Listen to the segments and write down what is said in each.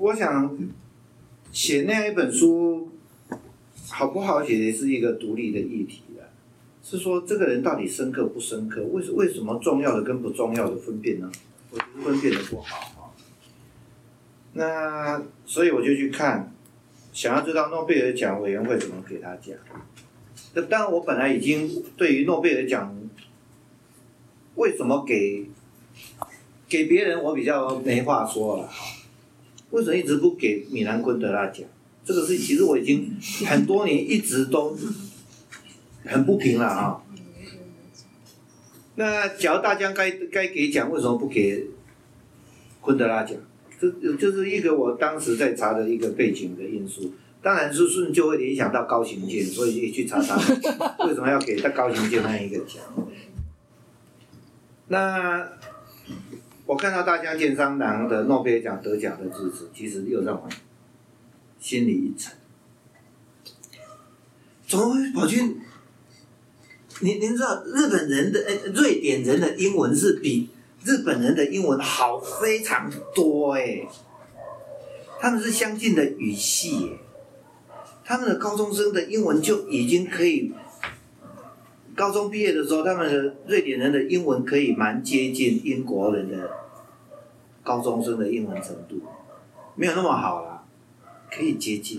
我想写那样一本书好不好写，也是一个独立的议题的。是说这个人到底深刻不深刻？为什么重要的跟不重要的分辨呢？我觉得分辨的不好。那所以我就去看，想要知道诺贝尔奖委员会怎么给他奖。那当然，我本来已经对于诺贝尔奖为什么给别人，我比较没话说了。为什么一直不给米兰昆德拉奖？这个是其实我已经很多年一直都很不平了啊。那假如大家该给奖，为什么不给昆德拉奖？这就是一个我当时在查的一个背景的因素。当然是顺就会联想到高行健，所以也去查为什么要给他高行健那一个奖。那我看到大江健三郎的诺贝尔奖得奖的支持，其实又让我心里一沉。怎么会跑去？您知道日本人的瑞典人的英文是比日本人的英文好非常多他们是相近的语系他们的高中生的英文就已经可以，高中毕业的时候，他们的瑞典人的英文可以蛮接近英国人的高中生的英文程度，没有那么好啦，可以接近。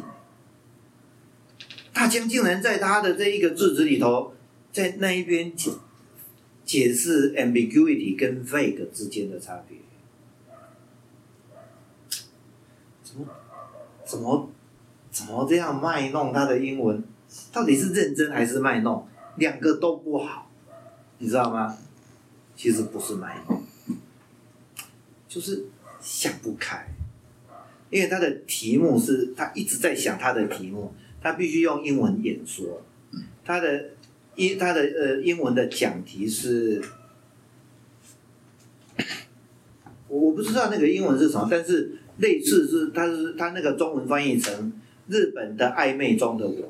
大江竟然在他的这一个句子里头，在那一边解释 ambiguity 跟 vague 之间的差别，怎么这样卖弄他的英文？到底是认真还是卖弄？两个都不好，你知道吗？其实不是卖弄，就是想不开。因为他的题目是他一直在想他的题目，他必须用英文演说。他的英文的讲题是，我不知道那个英文是什么，但是类似是他那个中文翻译成日本的暧昧中的我。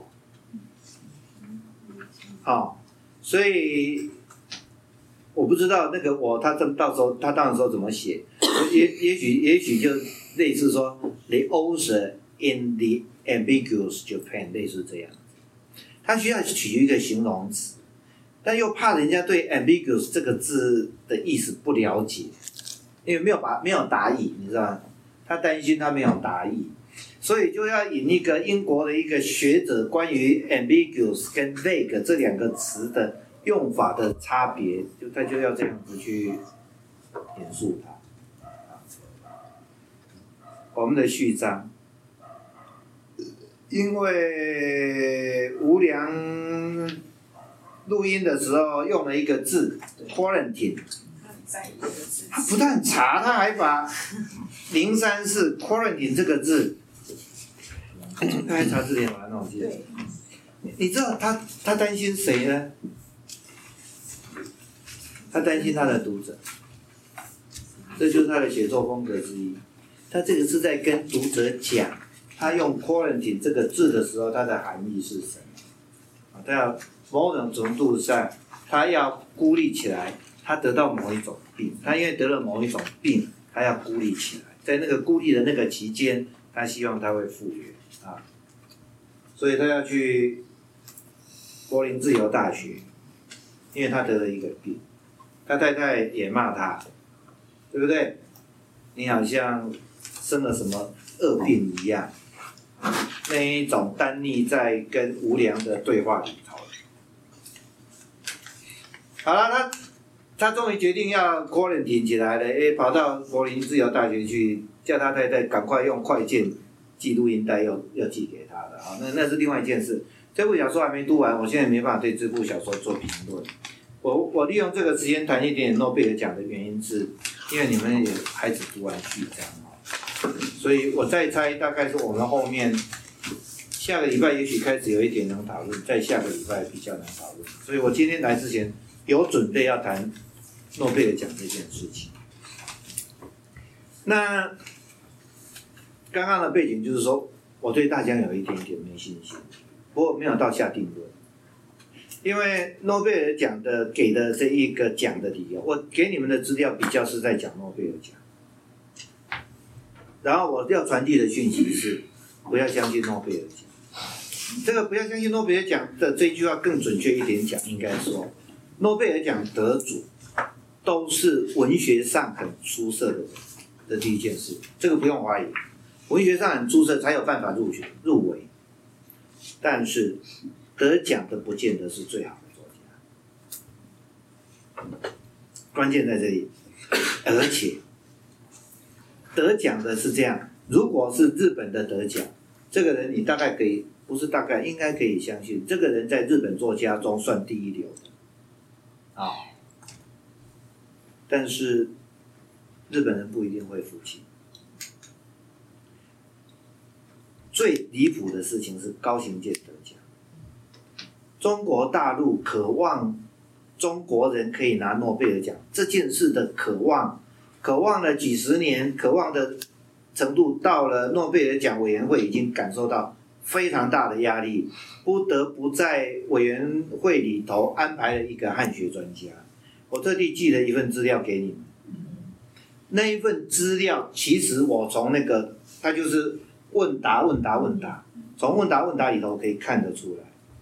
所以我不知道那个我他到时候他到时候怎么写，也许就类似说 The author in the ambiguous Japan 类似这样子，他需要取一个形容词，但又怕人家对 ambiguous 这个字的意思不了解，因为没有答意，你知道吗？他担心他没有答意。所以就要引一个英国的一个学者关于 ambiguous 跟 vague 这两个词的用法的差别，他就要这样子去演述它。我们的序章，因为吴良录音的时候用了一个字 quarantine， 他不但查，他还把034 quarantine 这个字。他还查字典把它弄进来。你知道他担心谁呢？他担心他的读者，这就是他的写作风格之一。他这个是在跟读者讲，他用 quarantine 这个字的时候，它的含义是什么？他要某种程度上，他要孤立起来，他得到某一种病，他因为得了某一种病，他要孤立起来，在那个孤立的那个期间，他希望他会复原。所以他要去柏林自由大学，因为他得了一个病，他太太也骂他，对不对？你好像生了什么恶病一样，那一种单逆在跟无良的对话里头。好了，他终于决定要 quarantine 起来了，跑到柏林自由大学去，叫他太太赶快用快件寄录音带要寄给他的啊，那是另外一件事。这部小说还没读完，我现在没办法对这部小说做评论。我利用这个时间谈一点诺贝尔奖的原因是，因为你们也还只读完序章，所以我再猜大概是我们后面下个礼拜也许开始有一点能讨论，在下个礼拜比较能讨论。所以我今天来之前有准备要谈诺贝尔奖这件事情。那刚刚的背景就是说，我对大江有一点点没信心，不过没有到下定论。因为诺贝尔奖的给的这一个奖的理由，我给你们的资料比较是在讲诺贝尔奖。 然后我要传递的讯息是，不要相信诺贝尔奖。这个不要相信诺贝尔奖的这句话更准确一点讲，应该说，诺贝尔奖得主都是文学上很出色的人，这第一件事，这个不用怀疑，文学上很出色才有办法入围。但是得奖的不见得是最好的作家，关键在这里。而且得奖的是这样，如果是日本的得奖，这个人你大概可以，不是大概，应该可以相信，这个人在日本作家中算第一流的啊。但是日本人不一定会服气。最离谱的事情是高行健得奖，中国大陆渴望中国人可以拿诺贝尔奖这件事的渴望了几十年，渴望的程度到了诺贝尔奖委员会已经感受到非常大的压力，不得不在委员会里头安排了一个汉学专家。我特地寄了一份资料给你们，那一份资料其实我从那个它就是问答，从问答里头可以看得出来。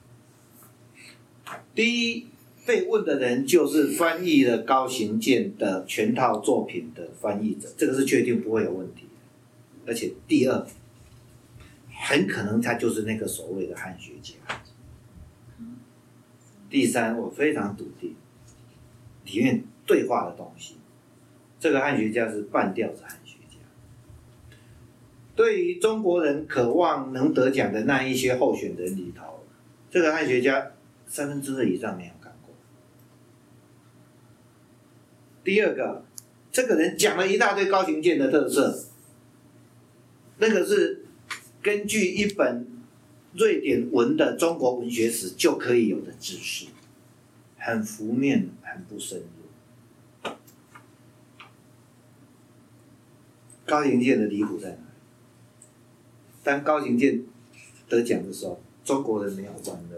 第一，被问的人就是翻译了高行健的全套作品的翻译者，这个是确定不会有问题的。而且第二，很可能他就是那个所谓的汉学家。第三，我非常笃定，里面对话的东西，这个汉学家是半吊子汉学家。对于中国人渴望能得奖的那一些候选人里头，这个汉学家2/3以上没有看过。第二个，这个人讲了一大堆高行健的特色，那个是根据一本瑞典文的中国文学史就可以有的知识，很浮面，很不深入。高行健的离谱在哪里？当高行健得奖的时候，中国人没有欢乐，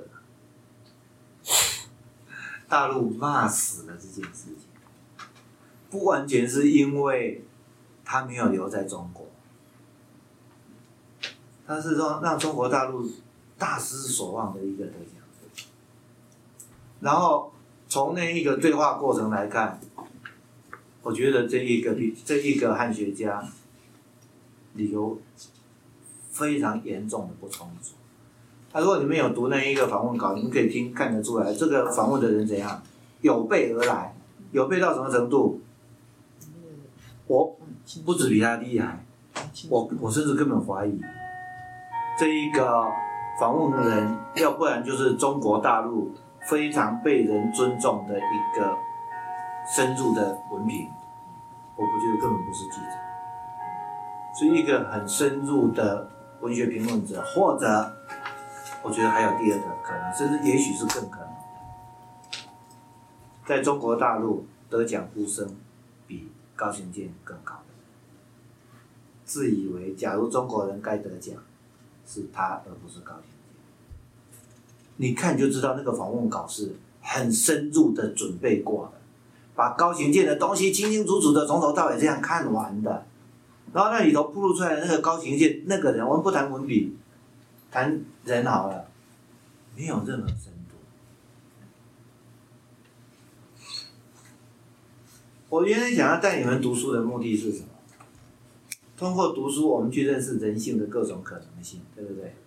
大陆骂死了这件事情。不完全是因为他没有留在中国，他是说让中国大陆大失所望的一个得奖者。然后从那一个对话过程来看，我觉得这一个汉学家理由非常严重的不充足。如果你们有读那一个访问稿，你们可以看得出来，这个访问的人怎样，有备而来，有备到什么程度？我不止比他厉害，我甚至根本怀疑这一个访问人，要不然就是中国大陆非常被人尊重的一个深入的文凭，我不觉得根本不是记者，是一个很深入的文学评论者，或者我觉得还有第二个可能，甚至也许是更可能的，在中国大陆得奖呼声比高行健更高的人，自以为假如中国人该得奖是他而不是高行健。你看就知道那个访问稿是很深入的准备过的，把高行健的东西清清楚楚的从头到尾这样看完的，然后那里头暴露出来的那个高行健那个人，我们不谈文笔，谈人好了，没有任何深度。我原来想要带你们读书的目的是什么？通过读书，我们去认识人性的各种可能性，对不对？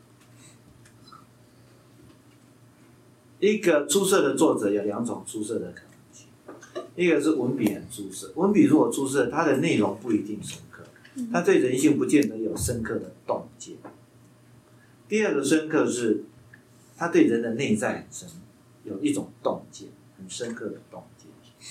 一个出色的作者有2种出色的可能性，一个是文笔很出色，文笔如果出色，它的内容不一定深刻，它对人性不见得有深刻的洞见。第二个深刻是，他对人的内在很深，有一种洞见，很深刻的洞见。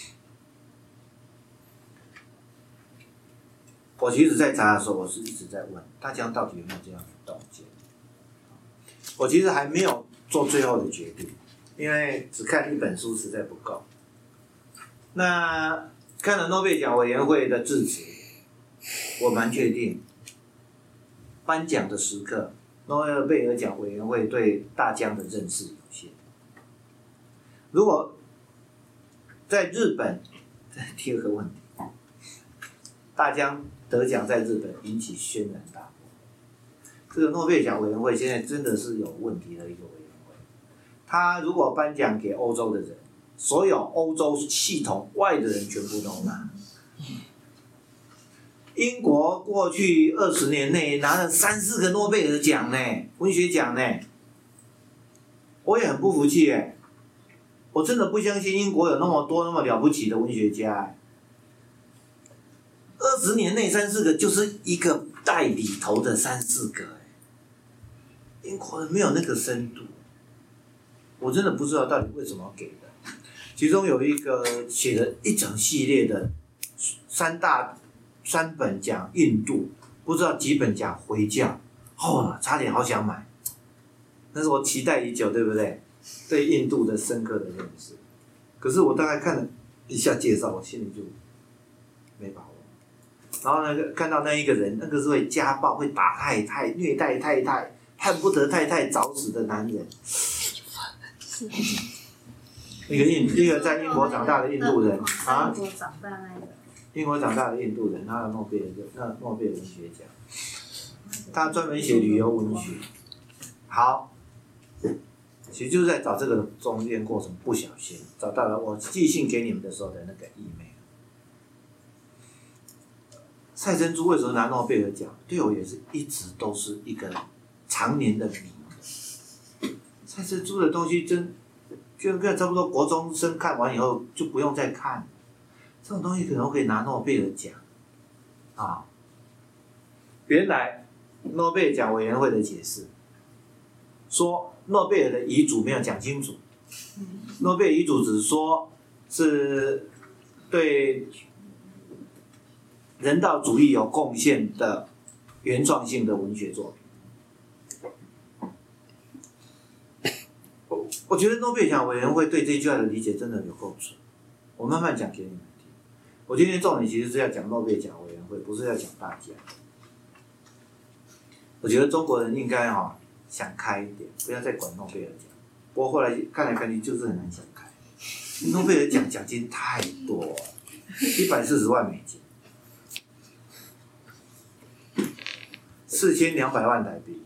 我其实在查的时候，我是一直在问大家到底有没有这样的洞见。我其实还没有做最后的决定，因为只看一本书实在不够。那看了诺贝尔奖委员会的致辞，我蛮确定，颁奖的时刻，诺贝尔奖委员会对大江的认识有限。如果在日本，第二个问题，大江得奖在日本引起轩然大波。这个诺贝尔奖委员会现在真的是有问题的一个委员会。他如果颁奖给欧洲的人，所有欧洲系统外的人全部都拿。英国过去20年内拿了3-4个诺贝尔奖呢，文学奖呢。我也很不服气哎，我真的不相信英国有那么多那么了不起的文学家哎。20年内3-4个就是一个袋里头的3-4个哎，英国人没有那个深度，我真的不知道到底为什么给的。其中有一个写了一整系列的3本讲印度，不知道几本讲回教，差点好想买。那是我期待已久，对不对？对印度的深刻的认识。可是我大概看了一下介绍，我心里就没把握。然后呢，看到那一个人，那个是会家暴、会打太太、虐待太太、恨不得太太早死的男人。一个在英国长大的印度人啊，英国长大的印度人，他的诺贝尔文学奖，他专门写旅游文学。好，其实就是在找这个中间过程，不小心找到了我寄信给你们的时候的那个 email。蔡珍珠为什么拿诺贝尔奖？对我也是一直都是一个常年的谜。蔡珍珠的东西就差不多国中生看完以后就不用再看了，这种东西可能可以拿诺贝尔奖啊。原来诺贝尔奖委员会的解释说，诺贝尔的遗嘱没有讲清楚，诺贝尔遗嘱只说是对人道主义有贡献的原创性的文学作品。我觉得诺贝尔奖委员会对这句话的理解真的有够准，我慢慢讲给你们听。我今天重点其实是要讲诺贝尔奖委员会，不是要讲大家。我觉得中国人应该想开一点，不要再管诺贝尔奖。不过后来看来看去就是很难想开，诺贝尔奖奖金太多了，140万美金，4200万台币。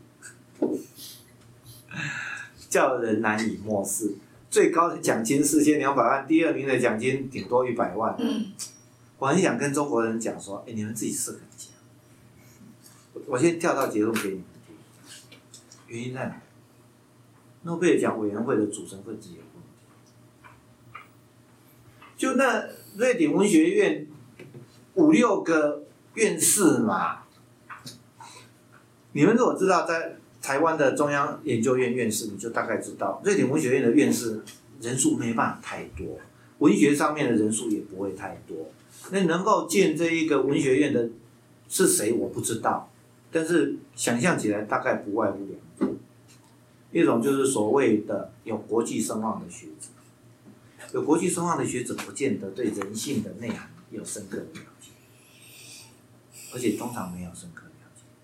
叫人难以漠视。最高的奖金4200万，第2名的奖金顶多100万。我很想跟中国人讲说，你们自己设个奖。我先跳到结论给你们听，原因在哪？诺贝尔奖委员会的组成分子有问题。就那瑞典文学院5-6个院士嘛，你们如果知道在台湾的中央研究院院士，你就大概知道，瑞典文学院的院士人数没办法太多，文学上面的人数也不会太多。那能够进这一个文学院的是谁我不知道，但是想象起来大概不外乎2种，一种就是所谓的有国际声望的学者，有国际声望的学者不见得对人性的内涵有深刻的了解，而且通常没有深刻的了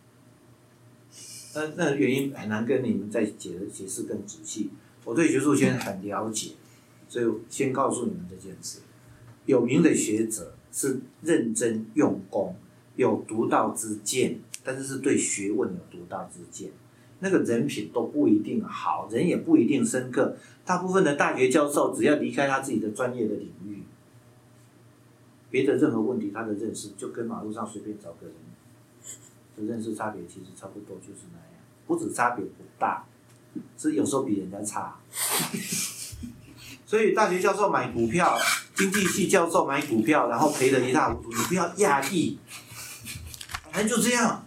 解。那原因很难跟你们再解释更仔细。我对学术圈很了解，所以先告诉你们这件事。有名的学者是认真用功，有独到之见，但是是对学问有独到之见。那个人品都不一定好，人也不一定深刻。大部分的大学教授只要离开他自己的专业的领域，别的任何问题他的认识就跟马路上随便找个人的认识差别其实差不多就是那样，不止差别不大，是有时候比人家差。所以大学教授买股票，经济系教授买股票，然后赔得一塌糊涂，你不要讶异，反正就这样。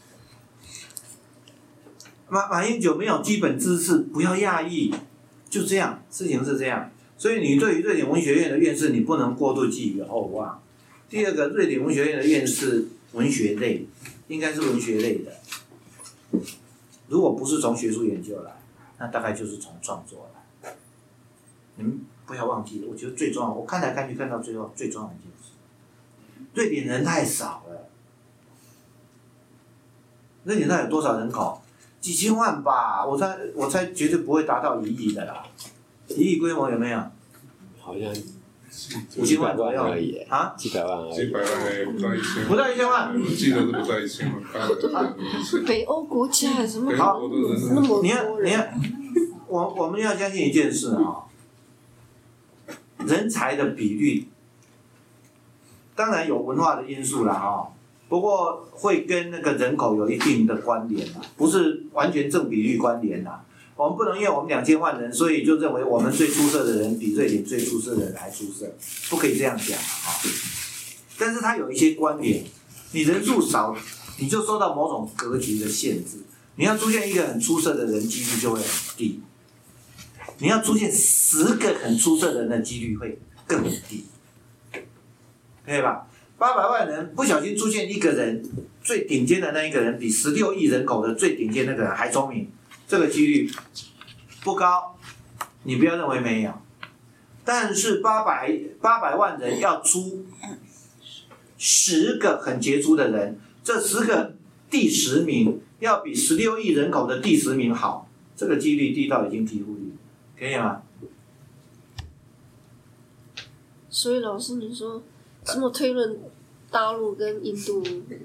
马英九没有基本知识，不要讶异，就这样，事情是这样。所以你对于瑞典文学院的院士，你不能过度寄予厚望。第二个，瑞典文学院的院士文学类，应该是文学类的。如果不是从学术研究来，那大概就是从创作来。你们不要忘记，我觉得最重要，我看来看去看到最后最重要的一件事，瑞典人太少了。瑞典它有多少人口？几千万吧，我猜绝对不会达到1亿的啦。1亿规模有没有？ 好像 5000万左右而已啊 ，700万而已， 700万不到1000万， 不到1000万， 我记得是不到1000万， 北欧国家怎么好那么你看多人？ 我们要相信一件事啊，人才的比率，当然有文化的因素啦啊，不过会跟那个人口有一定的关联啦，不是完全正比率关联啦。我们不能因为我们2000万人，所以就认为我们最出色的人比瑞典最出色的人还出色，不可以这样讲啊。但是它有一些关联，你人数少，你就受到某种格局的限制。你要出现一个很出色的人，几率就会很低；你要出现10个很出色的人的几率会更低，可以吧？800万人不小心出现一个人，最顶尖的那一个人比16亿人口的最顶尖那个人还聪明，这个几率不高，你不要认为没有。但是800万人要出10个很杰出的人，这10个第10名要比16亿人口的第10名好，这个几率低到已经几乎零，可以吗？ 所以老师，你说这么推论大陆跟印度，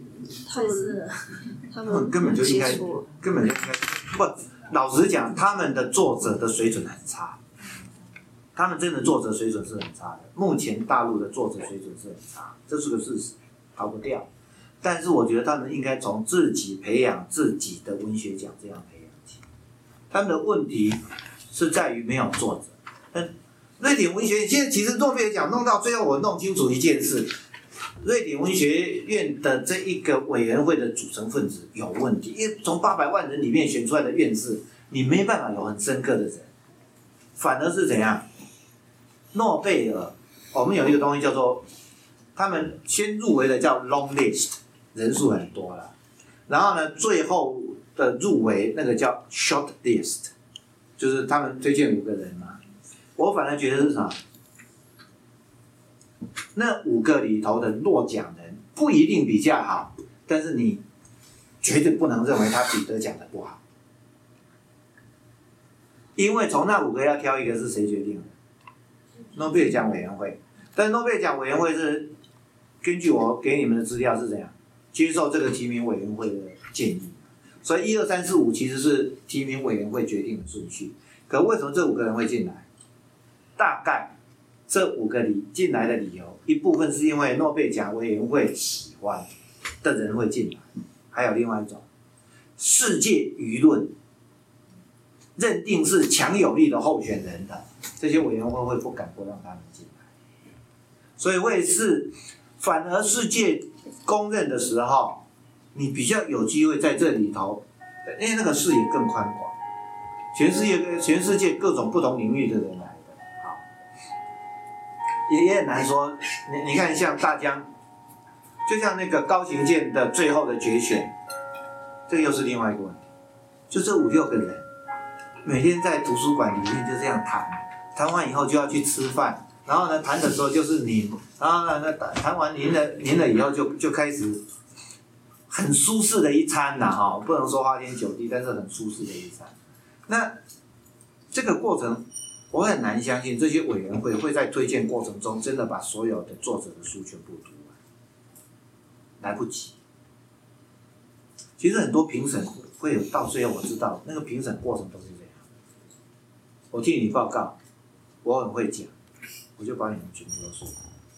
他们根本就应该接触， 不，老实讲，他们的作者的水准很差，他们真的作者水准是很差的。目前大陆的作者水准是很差，这是个事实，逃不掉。但是我觉得他们应该从自己培养自己的文学奖这样培养起。他们的问题是在于没有作者。瑞典文学院现在其实诺贝尔奖弄到最后，我弄清楚一件事：瑞典文学院的这一个委员会的组成分子有问题，因为从800万人里面选出来的院士，你没办法有很深刻的人，反而是怎样？诺贝尔，我们有一个东西叫做，他们先入围的叫 long list， 人数很多了，然后呢，最后的入围那个叫 short list， 就是他们推荐5个人嘛。我反而觉得是什么？那5个里头的落奖人不一定比较好，但是你绝对不能认为他比得奖的不好，因为从那5个要挑一个是谁决定的？诺贝尔奖委员会。但诺贝尔奖委员会是根据我给你们的资料是怎样接受这个提名委员会的建议，所以1、2、3、4、5其实是提名委员会决定的顺序。可为什么这5个人会进来？大概这5个进来的理由，一部分是因为诺贝尔奖委员会喜欢的人会进来，还有另外一种，世界舆论认定是强有力的候选人的，这些委员会不敢不让他们进来。所以会是反而世界公认的时候，你比较有机会在这里头，因为那个视野更宽广，全世界各种不同领域的人来的，好，也很难说。你看像大江，就像那个高行健的最后的决选，这个又是另外一个问题，就这5、6个人，每天在图书馆里面就这样谈，谈完以后就要去吃饭，然后呢谈的时候就是拧，然后呢谈完拧了以后就开始很舒适的一餐呐，哈，不能说花天酒地，但是很舒适的一餐。那这个过程，我很难相信这些委员会会在推荐过程中真的把所有的作者的书全部读完，来不及。其实很多评审会有到最后，我知道那个评审过程都是这样。我替你报告，我很会讲，我就把你们全部都说。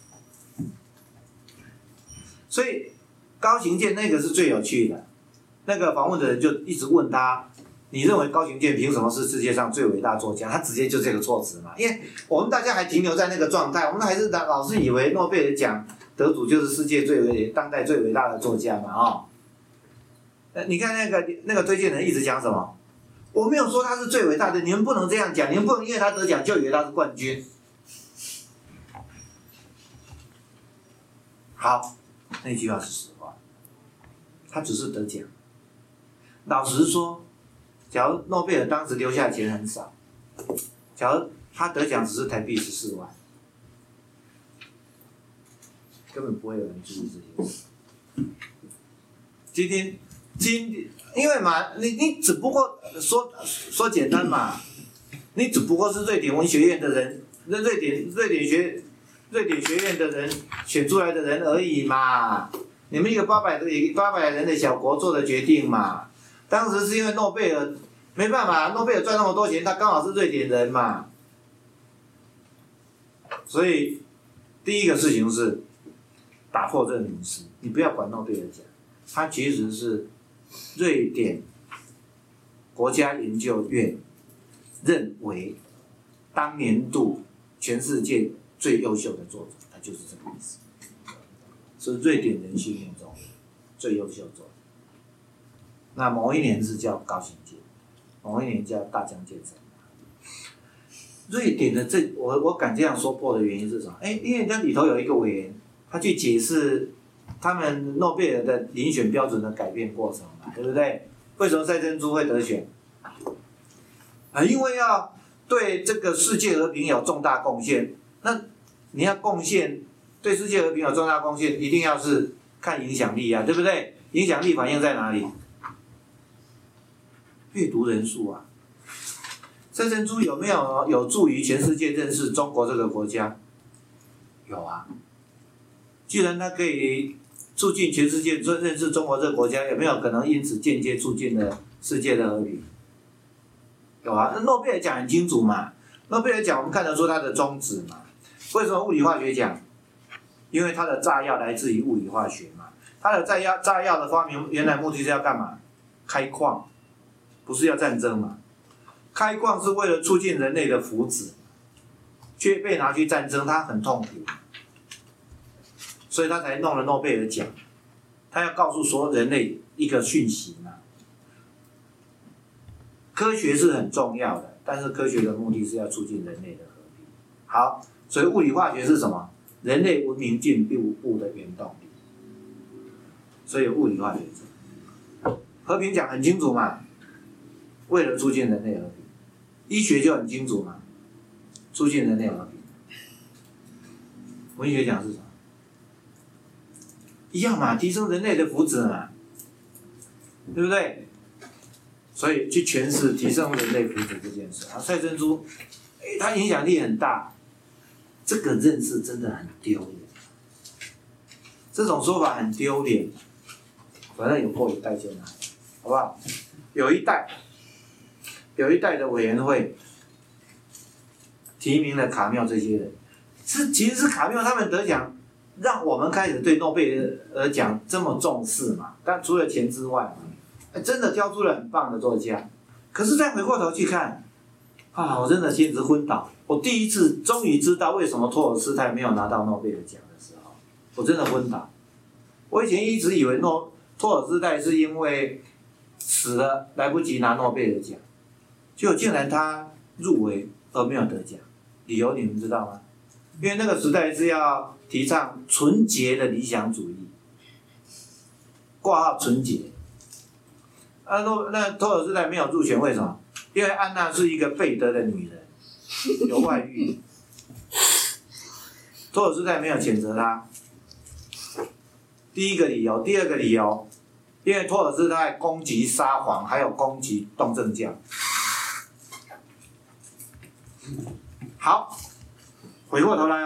所以高行健那个是最有趣的，那个访问的人就一直问他，你认为高行健凭什么是世界上最伟大作家？他直接就这个措辞嘛，因为我们大家还停留在那个状态，我们还是老是以为诺贝尔奖得主就是世界当代最伟大的作家嘛，哦。你看那个推荐人一直讲什么？我没有说他是最伟大的，你们不能这样讲，你们不能因为他得奖就以为他是冠军。好，那句话是实话，他只是得奖。老实说，假如诺贝尔当时留下的钱很少，假如他得奖只是台币14万，根本不会有人注意这件事。今天，因为嘛，你只不过说简单嘛，你只不过是瑞典文学院的人，瑞典瑞典学院的人选出来的人而已嘛，你们一个800人的小国做的决定嘛。当时是因为诺贝尔没办法，诺贝尔赚那么多钱，他刚好是瑞典人嘛。所以第一个事情是打破这个迷思，你不要管诺贝尔奖，它其实是瑞典国家研究院认为当年度全世界最优秀的作者，他就是这个意思，是瑞典人心目中最优秀作者。那某一年是叫高行健，某一年叫大江健三。瑞典的我敢这样说破的原因是什么？因为那里头有一个委员，他去解释他们诺贝尔的遴选标准的改变过程嘛，对不对？为什么赛珍珠会得选？因为要对这个世界和平有重大贡献。那你要贡献对世界和平有重大贡献，一定要是看影响力啊，对不对？影响力反映在哪里？阅读人数啊。赛珍珠有没有助于全世界认识中国这个国家？有啊。既然它可以促进全世界认识中国这个国家，有没有可能因此间接促进了世界的和平？有啊。那诺贝尔奖很清楚嘛，诺贝尔奖我们看得出它的宗旨嘛。为什么物理化学奖？因为它的炸药来自于物理化学嘛。它的炸药的发明原来目的是要干嘛？开矿，不是要战争嘛。开矿是为了促进人类的福祉，却被拿去战争，他很痛苦，所以他才弄了诺贝尔奖。他要告诉所有人类一个讯息嘛：科学是很重要的，但是科学的目的是要促进人类的和平。好，所以物理化学是什么？人类文明进步的原动力。所以有物理化学者。和平奖很清楚嘛，为了促进人类和平。医学就很清楚嘛，促进人类和平。文学奖是什么？一样嘛，提升人类的福祉嘛，对不对？所以去诠释提升人类福祉这件事。赛珍珠，它影响力很大，这个认识真的很丢脸，这种说法很丢脸。反正有过一代就拿，好不好？有一代的委员会提名了卡缪这些人，其实是卡缪他们得奖，让我们开始对诺贝尔奖这么重视嘛。但除了钱之外，真的挑出了很棒的作家。可是再回过头去看，我真的简直昏倒。我第一次终于知道为什么托尔斯泰没有拿到诺贝尔奖的时候，我真的昏倒。我以前一直以为托尔斯泰是因为死了来不及拿诺贝尔奖。结果竟然他入围而没有得奖，理由你们知道吗？因为那个时代是要提倡纯洁的理想主义，挂号纯洁。那托尔斯泰没有入选，为什么？因为安娜是一个贝德的女人，有外遇。托尔斯泰没有谴责他。第一个理由，第二个理由，因为托尔斯泰攻击沙皇，还有攻击东正教。好，回过头来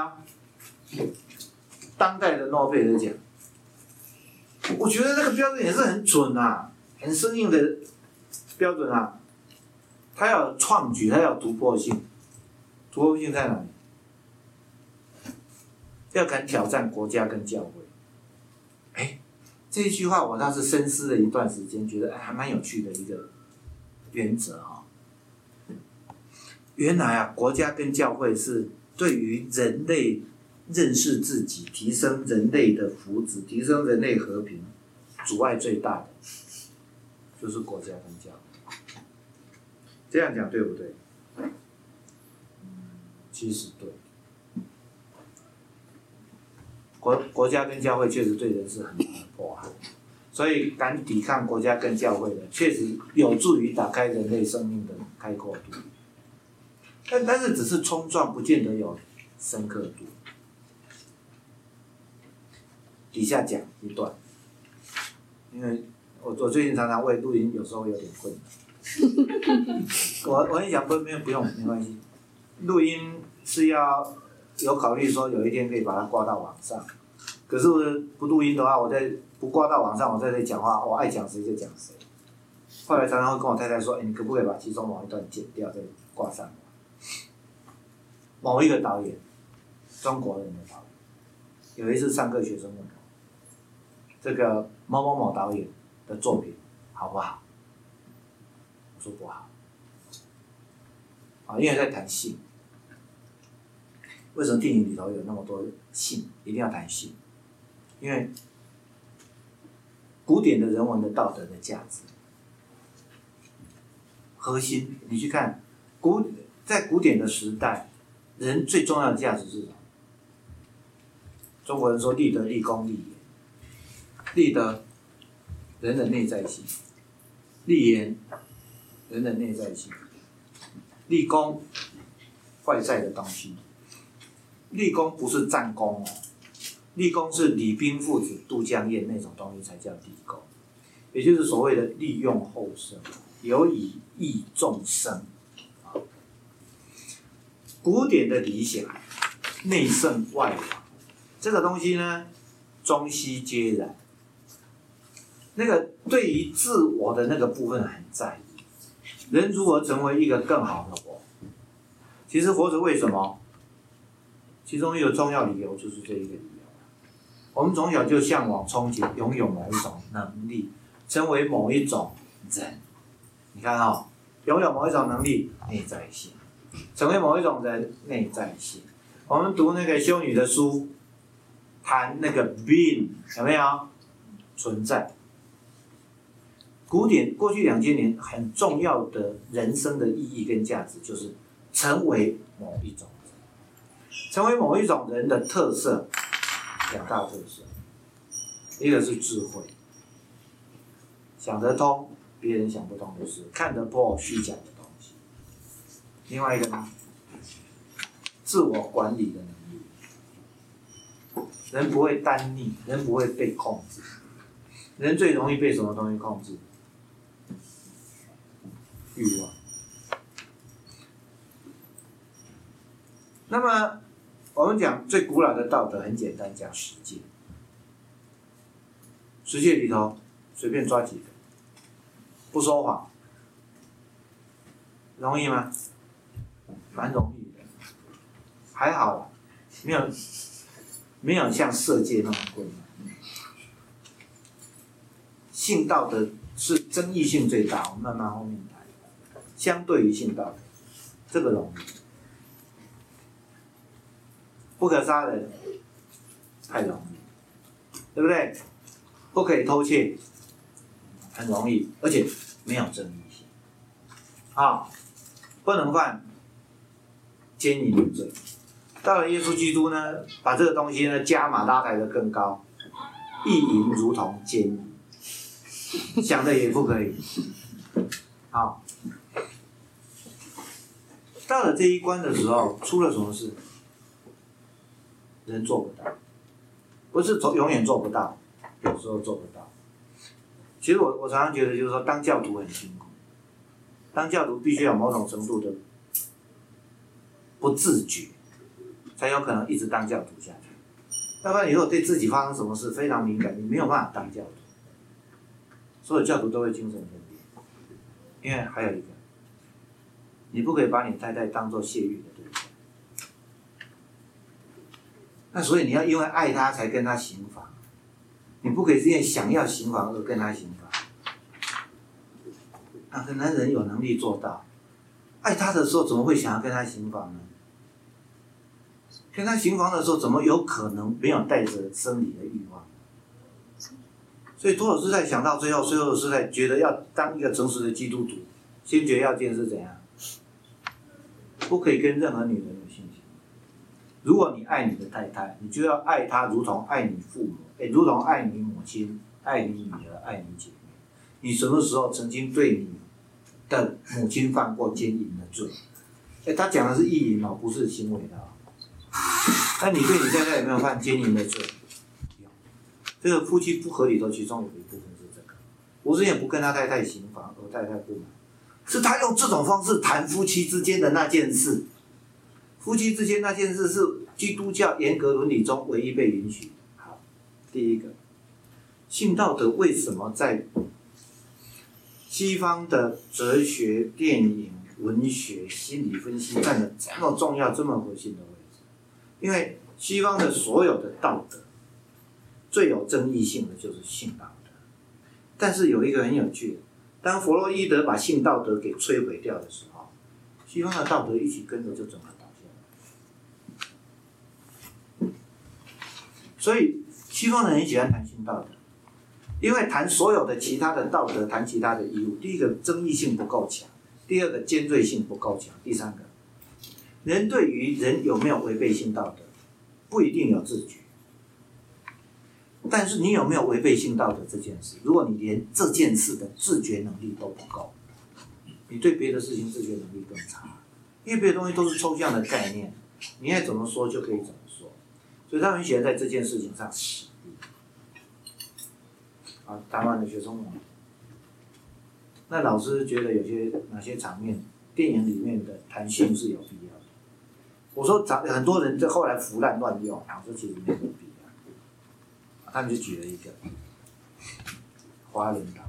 当代的诺贝尔奖，我觉得那个标准也是很准啊，很生硬的标准啊。它要有创举，它要有突破性。突破性在哪里？要敢挑战国家跟教会。这一句话我倒是深思了一段时间，觉得还蛮有趣的一个原则原来国家跟教会是对于人类认识自己、提升人类的福祉、提升人类和平阻碍最大的，就是国家跟教会。这样讲对不对？其实对。国家跟教会确实对人是很大的迫害，所以敢抵抗国家跟教会的，确实有助于打开人类生命的开阔度。但是只是冲撞，不见得有深刻度。底下讲一段，因为我最近常常为录音，有时候有点困难。我很想分，不用没关系。录音是要有考虑说有一天可以把它挂到网上，可是不录音的话，我再不挂到网上，我在这里讲话，我爱讲谁就讲谁。后来常常会跟我太太说：“你可不可以把其中某一段剪掉，再挂上来？”某一个导演，中国人的导演，有一次上课学生问我，这个某某某导演的作品好不好？我说不好。因为在谈性。为什么电影里头有那么多性？一定要谈性，因为古典的人文的道德的价值核心，你去看在古典的时代，人最重要的价值是什么？中国人说立德、立功、立言。立德，人的内在性；立言，人的内在性；立功，外在的东西。立功不是战功哦，立功是李冰父子渡江堰那种东西才叫立功，也就是所谓的利用后生，有以益众生。古典的理想，内圣外王，这个东西呢，中西皆然。那个对于自我的那个部分很在意，人如何成为一个更好的我？其实活着为什么？其中一个重要理由就是这一个理由。我们从小就向往、憧憬、拥有某一种能力，成为某一种人。你看哦，拥有某一种能力，内在性；成为某一种人，内在性。我们读那个修女的书，谈那个 being 有没有存在？古典过去2000年很重要的人生的意义跟价值，就是成为某一种人。成为某一种人的特色，两大特色，一个是智慧，想得通别人想不通的事，看得破虚假的东西；另外一个呢，自我管理的能力。人不会单逆，人不会被控制，人最容易被什么东西控制？欲望。那么我们讲最古老的道德很简单，讲十戒。十戒里头随便抓几个，不说谎，容易吗？蛮容易的，还好啦，没有像色戒那么困难。性道德是争议性最大，我们慢慢后面谈。相对于性道德，这个容易。不可杀人，太容易，对不对？不可以偷窃，很容易，而且没有争议性。不能犯奸淫的罪。到了耶稣基督呢，把这个东西呢加码拉抬得更高，意淫如同奸淫，想的也不可以。到了这一关的时候，出了什么事？人做不到，不是永远做不到，有时候做不到。其实我常常觉得，就是说，当教徒很辛苦，当教徒必须有某种程度的不自觉，才有可能一直当教徒下去。要不然，你如果对自己发生什么事非常敏感，你没有办法当教徒。所有教徒都会精神分裂，因为还有一个，你不可以把你太太当作泄欲的对象。那所以你要因为爱他才跟他行房，你不可以是因为想要行房而跟他行房。哪个男人有能力做到？爱他的时候怎么会想要跟他行房呢？跟他行房的时候怎么有可能没有带着生理的欲望？所以托尔斯泰想到最后，托尔斯泰觉得要当一个诚实的基督徒，先决要件是怎样？不可以跟任何女人有性行为。如果你爱你的太太，你就要爱她如同爱你父母，如同爱你母亲、爱你女儿、爱你姐妹。你什么时候曾经对你的母亲犯过奸淫的罪？他讲的是意淫哦，不是行为的哦。那你对你太太有没有犯奸淫的罪？有。这个夫妻不和理的其中有一部分是这个，不是也不跟他太太行房，而太太不满，是他用这种方式谈夫妻之间的那件事。夫妻之间那件事是基督教严格伦理中唯一被允许的。好，第一个，性道德为什么在西方的哲学、电影、文学、心理分析占了这么重要、这么核心的位置？因为西方的所有的道德，最有争议性的就是性道德。但是有一个很有趣的，当弗洛伊德把性道德给摧毁掉的时候，西方的道德一起跟着就整个倒下来。所以西方人很喜欢谈性道德，因为谈所有的其他的道德，谈其他的义务，第一个争议性不够强，第二个尖锐性不够强，第三个，人对于人有没有违背性道德，不一定有自觉。但是你有没有违背性道德这件事？如果你连这件事的自觉能力都不够，你对别的事情自觉能力更差，因为别的东西都是抽象的概念，你爱怎么说就可以怎么说，所以他们喜欢在这件事情上实力。好，谈完了学中文，那老师觉得哪些场面，电影里面的谈性是有必要的？我说很多人后来胡乱乱用，我说其实没有必要。他们就举了一个华人导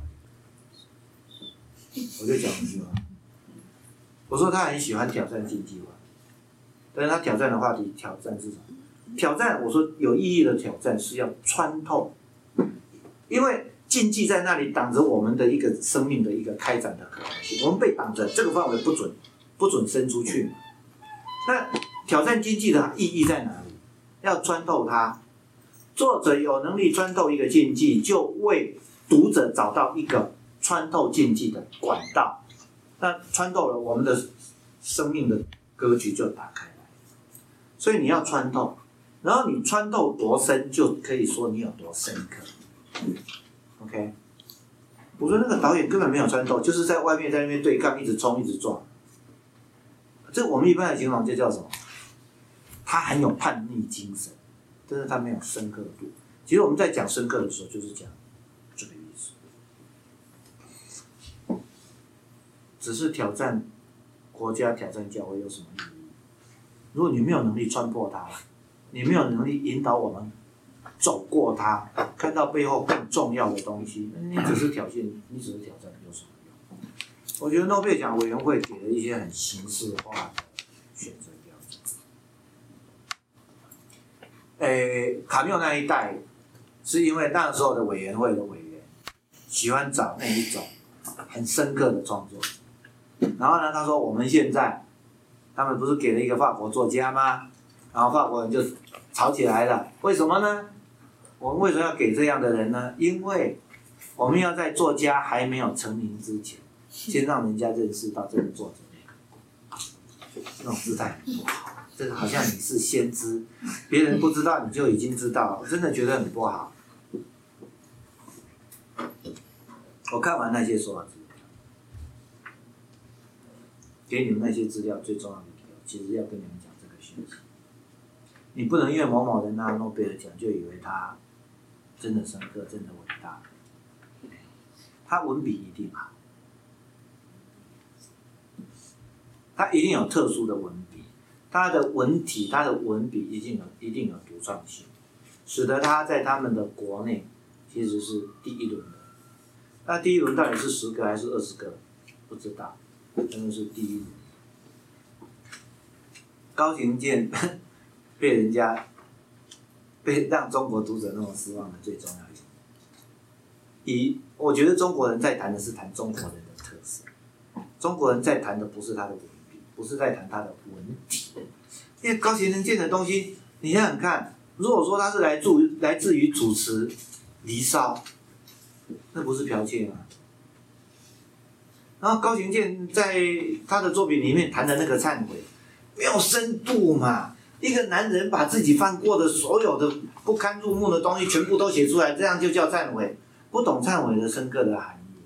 演，我就讲一句话，我说他很喜欢挑战竞技化，但是他挑战的话题挑战是什么？挑战我说有意义的挑战是要穿透，因为竞技在那里挡着我们的一个生命的一个开展的可能性，我们被挡着，这个范围不准伸出去。那挑战竞技的意义在哪里？要穿透它。作者有能力穿透一个禁忌，就为读者找到一个穿透禁忌的管道。那穿透了，我们的生命的格局就打开来。所以你要穿透，然后你穿透多深，就可以说你有多深刻。OK， 我说那个导演根本没有穿透，就是在外面在那边对抗，一直冲，一直撞。这我们一般的形容就叫什么？他很有叛逆精神。但是他没有深刻度。其实我们在讲深刻的时候，就是讲这个意思。只是挑战国家、挑战教会有什么意义？如果你没有能力穿破它，你没有能力引导我们走过它，看到背后更重要的东西，你只是挑战，有什么用？我觉得诺贝尔奖委员会给了一些很形式化的选择。卡缪那一代，是因为那时候的委员会的委员喜欢找那一种很深刻的创作。然后呢，他说我们现在，他们不是给了一个法国作家吗？然后法国人就吵起来了，为什么呢？我们为什么要给这样的人呢？因为我们要在作家还没有成名之前，先让人家认识到这个作者，那种姿态很不好。这个好像你是先知，别人不知道你就已经知道，我真的觉得很不好。我看完那些所有资料，给你们那些资料最重要的理由，其实要跟你们讲这个讯息。你不能因为某某人拿诺贝尔奖就以为他真的深刻、真的伟大。他文笔一定好，他一定有特殊的文笔。他的文体、他的文笔一定有独创性，使得他在他们的国内其实是第一轮的。那第一轮到底是10个还是20个，不知道，真的是第一轮。高行健被让中国读者那么失望的最重要一点，我觉得中国人在谈的是谈中国人的特色，中国人在谈的不是他的文笔，不是在谈他的文体。因为高行健的东西，你想想看，如果说他是来自于主持《离骚》，那不是剽窃吗？然后高行健在他的作品里面谈的那个忏悔，没有深度嘛。一个男人把自己犯过的所有的不堪入目的东西全部都写出来，这样就叫忏悔？不懂忏悔的深刻的含义。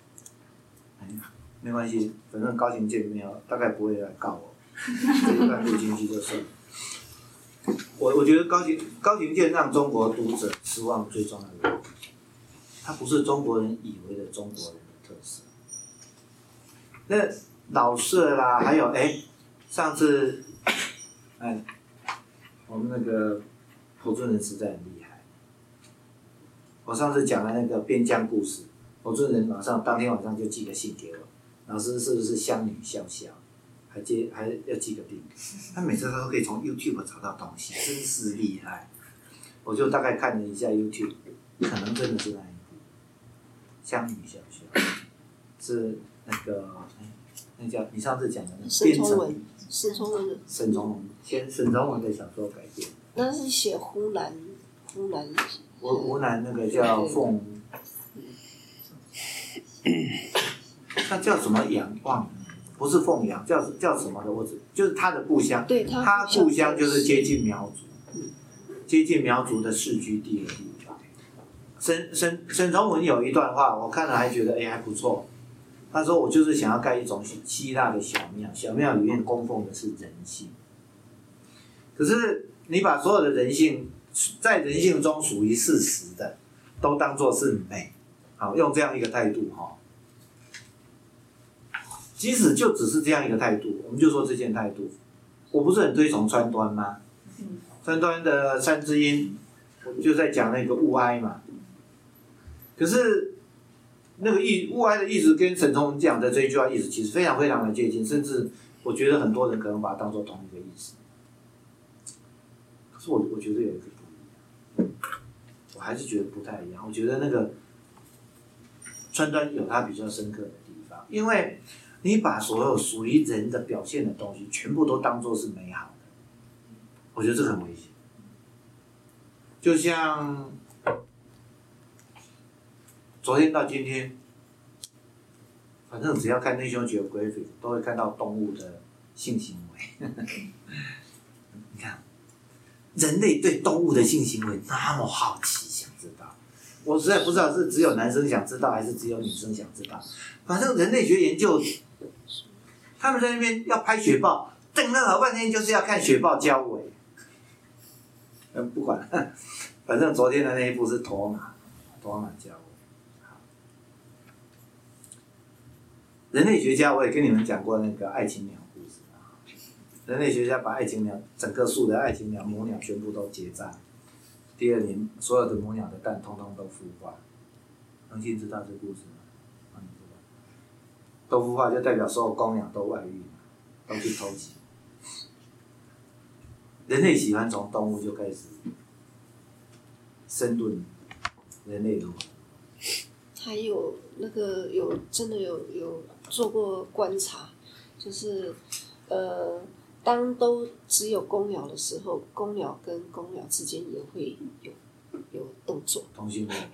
没关系，反正高行健没有，大概不会来告我。这一段录进去就是。我觉得高行健让中国读者失望最重要的原因，他不是中国人以为的中国人的特色。那老舍啦，还有上次我们那个侯尊人实在很厉害。我上次讲的那个边疆故事，侯尊人马上当天晚上就寄个信给我，老师是不是乡女笑笑？还要寄个病，他每次他都可以从 YouTube 找到东西，真是厉害。我就大概看了一下 YouTube， 可能真的是那一部《乡女笑笑》，是那个那叫你上次讲的那沈从文，沈从文的。 沈从文的小说改编。 那是写湖南。 湖南那个叫凤，那叫什么阳忘了。不是凤阳，叫什么的？就是他的故乡。 对， 他故乡就是接近苗族，接近苗族的世居地的地方。沈从文有一段话，我看了还觉得还不错。他说：“我就是想要盖一种希腊的小庙，小庙里面供奉的是人性。可是你把所有的人性，在人性中属于事实的，都当作是美，好，用这样一个态度哈。”即使就只是这样一个态度，我们就说这件态度，我不是很推崇川端吗？川端的《山之音》，我们就在讲那个物哀嘛。可是那个物哀的意思跟沈从文讲的这一句话意思其实非常非常的接近，甚至我觉得很多人可能把它当作同一个意思。可是我觉得有一个不一样，我还是觉得不太一样。我觉得那个川端有它比较深刻的地方，因为你把所有属于人的表现的东西，全部都当作是美好的，我觉得这个很危险。就像昨天到今天，反正只要看National Geographic，都会看到动物的性行为。你看，人类对动物的性行为那么好奇，想知道。我实在不知道是只有男生想知道，还是只有女生想知道。反正人类学研究，他们在那边要拍雪豹，等了老半天就是要看雪豹交尾。不管了，反正昨天的那一部是驮马交尾。人类学家我也跟你们讲过那个爱情鸟故事啊。人类学家把爱情鸟整个树的爱情鸟母鸟全部都结扎，第二年所有的母鸟的蛋通通都孵化。能信知道这故事吗？你知道？都孵化就代表所有公鸟都外遇，都去偷情。人类喜欢从动物就开始申论人类如何。 还有那个真的有做过观察，就是当都只有公鸟的时候，公鸟跟公鸟之间也会有动作。 同性恋。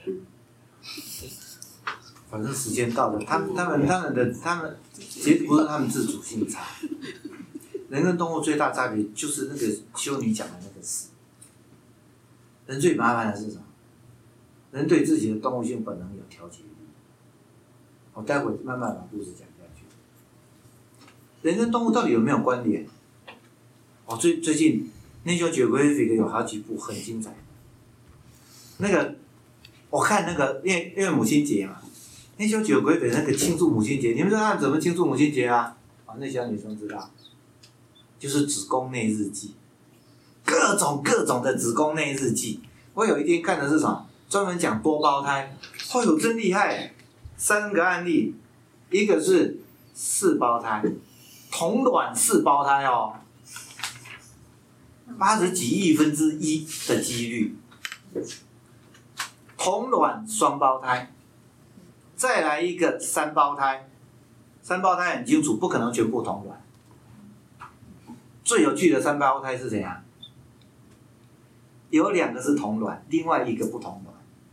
反正时间到了，他们其实不是他们自主性差。人跟动物最大差别就是那个修女讲的那个事。人最麻烦的是什么？人对自己的动物性本能有调节力。我待会慢慢把故事讲下去。人跟动物到底有没有关联？最近National Geographic有好几部很精彩。那个我看那个，因为母亲节嘛，National Geographic那个庆祝母亲节，你们知道他们怎么庆祝母亲节啊？那些女生知道。就是子宫内日记，各种的子宫内日记。我有一天看的是什么？专门讲多胞胎。真厉害！3个案例，一个是4胞胎，同卵4胞胎哦，80几亿分之一的几率。同卵双胞胎，再来一个3胞胎，3胞胎很清楚，不可能全部同卵。最有趣的3胞胎是怎样？有2个是同卵，另外1个不同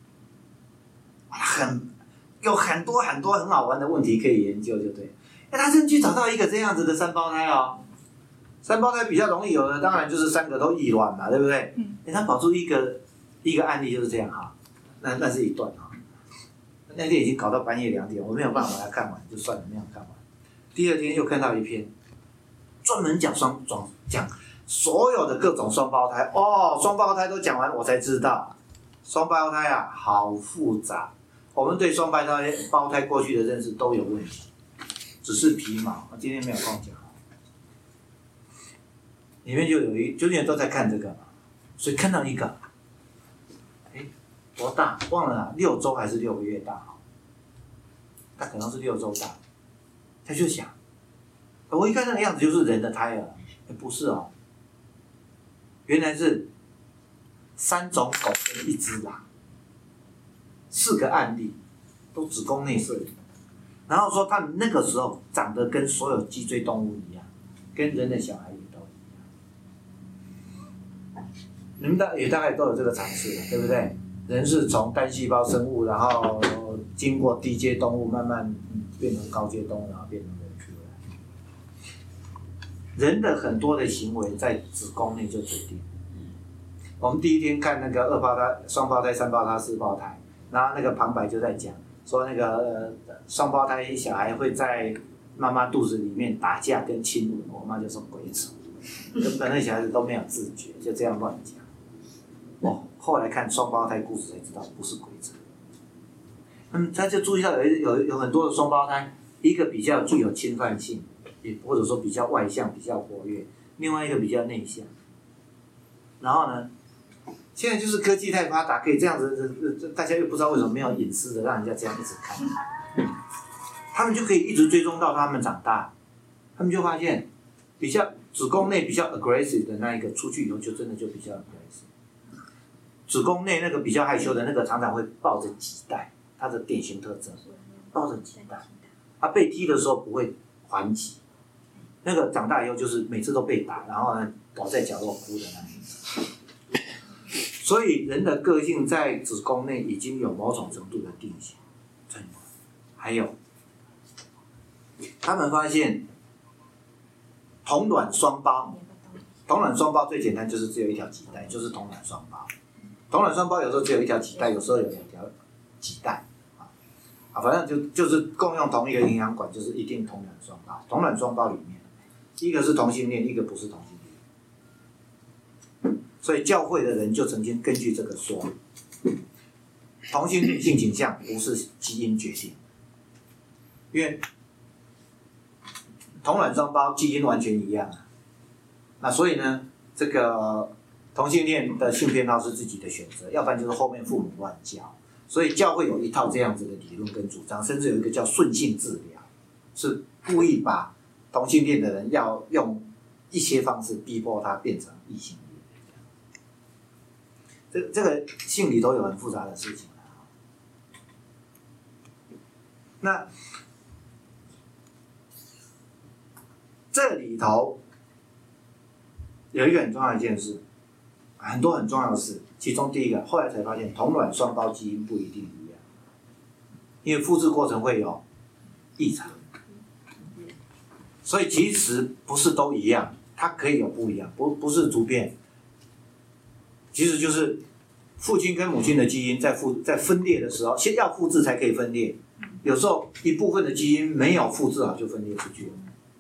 卵。有很多很好玩的问题可以研究，就对。他真去找到一个这样子的3胞胎哦。3胞胎比较容易有的，当然就是3个都异卵嘛，对不对？他跑出一个案例就是这样哈。那是一段哈。那天已经搞到半夜2点，我没有办法把它看完，就算了，没有看完。第二天又看到一篇。专门讲所有的各种双胞胎双胞胎都讲完，我才知道，双胞胎啊好复杂。我们对双胞胎过去的认识都有问题，只是皮毛。我今天没有空讲，里面就有最近都在看这个嘛， 所以看到一个，多大忘了啊，6周还是6个月大，他可能是6周大，他就想，我一看那个样子就是人的胎儿，不是哦，原来是3种狗跟1只狼，4个案例都子宫内摄影，然后说他们那个时候长得跟所有脊椎动物一样，跟人的小孩也都一样，你们也大概都有这个常识了，对不对？人是从单细胞生物，然后经过低阶动物，慢慢变成高阶动物，然后变成人出来。人的很多的行为在子宫内就决定。我们第一天看那个2胞胎、双胞胎、3胞胎、4胞胎，然后那个旁白就在讲说那个双胞胎小孩会在妈妈肚子里面打架跟亲吻，我妈就说鬼扯，根本那小孩子都没有自觉，就这样乱讲。后来看双胞胎故事才知道不是鬼扯。他就注意到有很多的双胞胎，一个比较具有侵犯性，或者说比较外向、比较活跃，另外一个比较内向。然后呢，现在就是科技太发达，可以这样子，大家又不知道为什么没有隐私的，让人家这样一直看，他们就可以一直追踪到他们长大，他们就发现比较子宫内比较 aggressive 的那一个出去以后就真的就比较 aggressive。子宫内那个比较害羞的那个常常会抱着脐带，它的典型特征，抱着脐带，他被踢的时候不会还击，那个长大以后就是每次都被打，然后呢躲在角落哭的那一种。所以人的个性在子宫内已经有某种程度的定型，真的。还有，他们发现同卵双胞，同卵双胞最简单就是只有一条脐带，就是同卵双胞。同卵双胞有时候只有一条脐带，有时候有2条脐带，反正就是共用同一个营养管，就是一定同卵双胞。同卵双胞里面，一个是同性恋，一个不是同性恋。所以教会的人就曾经根据这个说，同性恋性倾向不是基因决定，因为同卵双胞基因完全一样啊。那所以呢，这个同性恋的性偏好是自己的选择，要不然就是后面父母乱教。所以教会有一套这样子的理论跟主张，甚至有一个叫顺性治疗，是故意把同性恋的人要用一些方式逼迫他变成异性恋。这个性里头有很复杂的事情啊。那这里头有一个很重要的一件事，很多很重要的事，其中第一个，后来才发现同卵双胞基因不一定一样，因为复制过程会有异常，所以其实不是都一样，它可以有不一样，不是突变，其实就是父亲跟母亲的基因在分裂的时候，先要复制才可以分裂，有时候一部分的基因没有复制好就分裂出去了，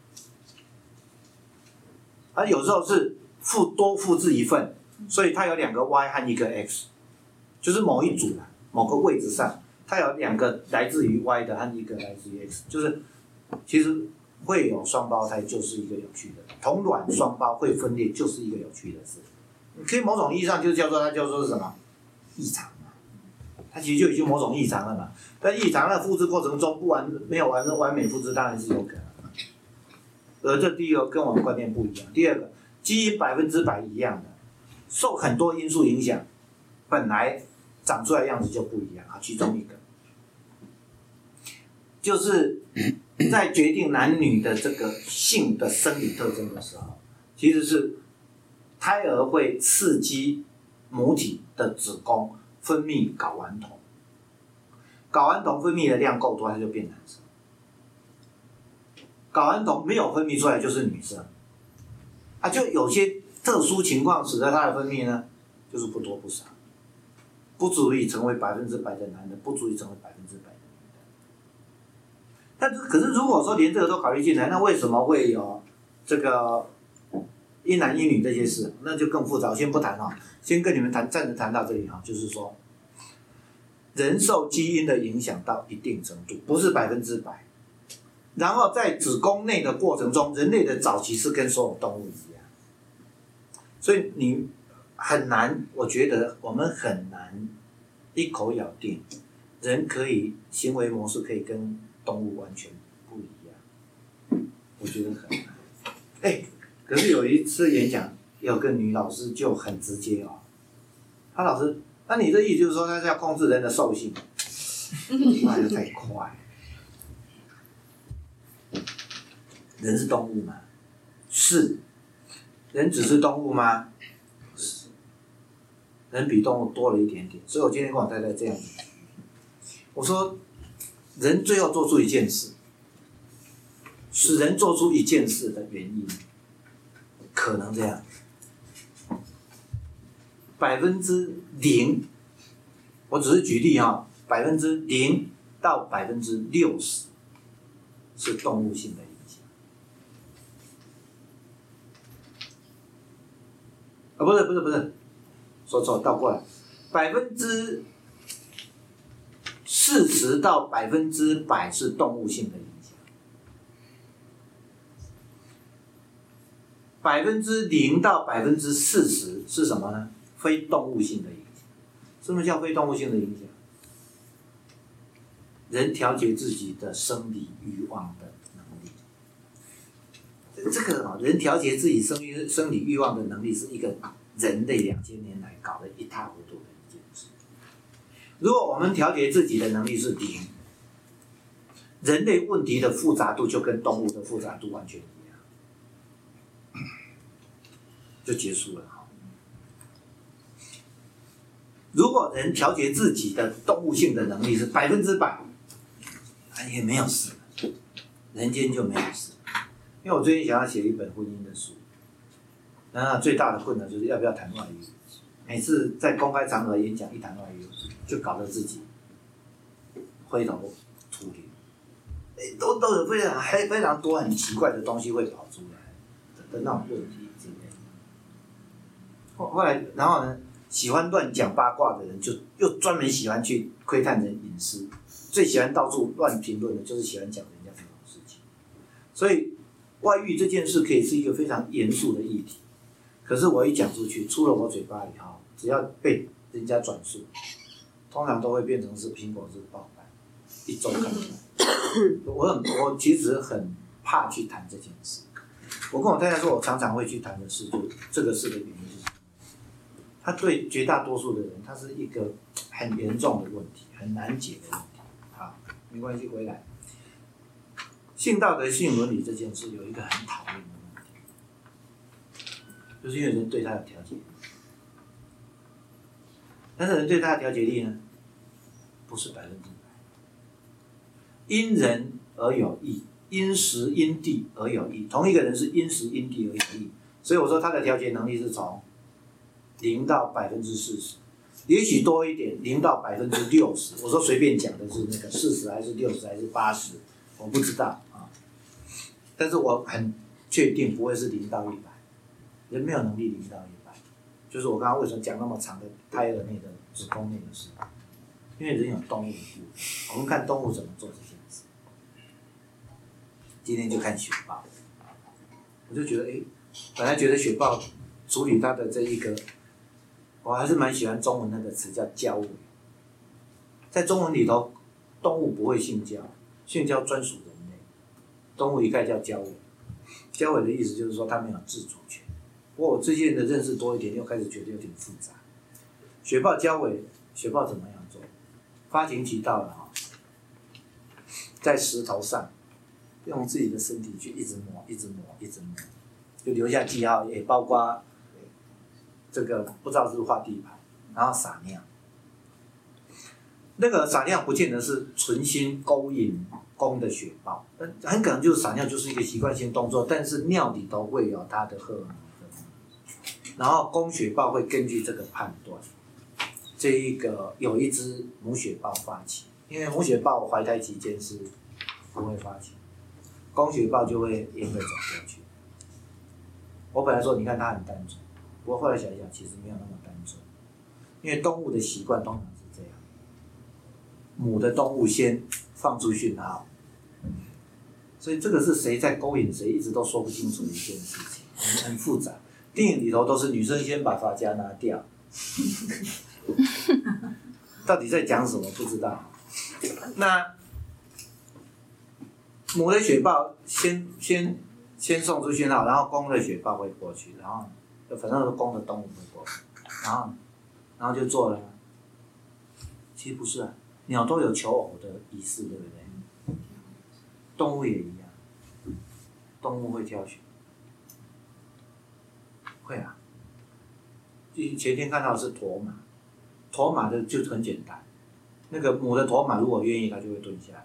而有时候是多复制一份。所以它有2个 Y 和1个 X， 就是某一组某个位置上，它有2个来自于 Y 的和1个来自于 X， 就是其实会有双胞胎就是一个有趣的，同卵双胞会分裂就是一个有趣的事，可以某种意义上就叫做是什么异常嘛，它其实就已经某种异常了嘛。但异常的复制过程中没有完美复制当然是有可能，而这第一个跟我们观念不一样。第二个，基因100%一样的。受很多因素影响，本来长出来的样子就不一样啊。其中一个，就是在决定男女的这个性的生理特征的时候，其实是胎儿会刺激母体的子宫分泌睾丸酮，睾丸酮分泌的量够多，它就变男生；睾丸酮没有分泌出来就是女生，就有些特殊情况使得它的分泌呢，就是不多不少，不足以成为100%的男人，不足以成为100%的女人。但是，可是如果说连这个都考虑进来，那为什么会有这个一男一女这些事？那就更复杂。我先不谈哈，先跟你们暂时谈到这里哈，就是说，人受基因的影响到一定程度，不是100%。然后在子宫内的过程中，人类的早期是跟所有动物一样。所以你很难，我觉得我们很难一口咬定，人可以行为模式可以跟动物完全不一样，我觉得很难。可是有一次演讲，有个女老师就很直接哦，她老师，那你这意思就是说，她是要控制人的兽性？那就太快。人是动物吗？是。人只是动物吗？是。人比动物多了一点点，所以我今天跟我太太这样子，我说，人最后做出一件事，使人做出一件事的原因，可能这样，0%，我只是举例哈，0%到60%是动物性的影响。不是，说错，倒过来，40%到100%是动物性的影响，0%到40%是什么呢？非动物性的影响。什么叫非动物性的影响？人调节自己的生理欲望的能力。这个人调节自己生理欲望的能力是一个人类2000年来搞得一塌糊涂的一件事。如果我们调节自己的能力是0，人类问题的复杂度就跟动物的复杂度完全一样，就结束了。如果人调节自己的动物性的能力是100%，也没有事了，人间就没有事。因为我最近想要写一本婚姻的书，那最大的困难就是要不要谈外遇。每次在公开场合演讲一谈外遇，就搞得自己灰头土脸，都有非常多很奇怪的东西会跑出来的那种问题之类的。后来，然后呢，喜欢乱讲八卦的人就又专门喜欢去窥探人隐私，最喜欢到处乱评论的，就是喜欢讲人家这种事情。所以，外遇这件事可以是一个非常严肃的议题，可是我一讲出去，出了我嘴巴以后，只要被人家转述，通常都会变成是苹果日报版一周看出来。我其实很怕去谈这件事。我跟我太太说，我常常会去谈的事，就这个事的原因是什么？它对绝大多数的人，它是一个很严重的问题，很难解的问题。好，没关系，回来。性道德、性伦理这件事有一个很讨厌的问题，就是因为人对它有调节力，但是人对它的调节力呢，不是100%，因人而有异，因时因地而有异。同一个人是因时因地而有异，所以我说他的调节能力是从0到40%，也许多一点，0到60%。我说随便讲的是那个40还是60还是80，我不知道啊。但是我很确定不会是0到100，人没有能力0到100。就是我刚刚为什么讲那么长的胎儿内的子宫内的事，因为人有动物的部分，我们看动物怎么做这件事。今天就看雪豹，我就觉得本来觉得雪豹处理它的这一个，我还是蛮喜欢中文那个词叫交尾。在中文里头，动物不会性交，性交专属人类，动物一概叫交尾。交尾的意思就是说它没有自主权。不过我最近的认识多一点，又开始觉得有点复杂。雪豹交尾，雪豹怎么样做？发情期到了在石头上用自己的身体去一直磨，就留下记号，也包括这个不知道是不是画地盘，然后撒尿。那个撒尿不见得是存心勾引公的雪豹，很可能就是撒尿就是一个习惯性动作，但是尿里头会有它的荷尔蒙分泌，然后公雪豹会根据这个判断，这一个有一只母雪豹发情，因为母雪豹怀胎期间是不会发情，公雪豹就会沿着走过去。我本来说你看它很单纯，不过后来想一想，其实没有那么单纯，因为动物的习惯通常是这样，母的动物先放出讯号，所以这个是谁在勾引谁，一直都说不清楚的一件事情，很复杂。 电影里头都是女生先把发夹拿掉，到底在讲什么不知道。那母的雪豹先送出讯号，然后公的雪豹会过去，然后反正是公的动物会过去，然后就做了。其实不是啊，鸟都有求偶的仪式，对不对？动物也一样，动物会挑选，会啊。前天看到的是驼马，驼马的就很简单，那个母的驼马如果愿意，它就会蹲下来。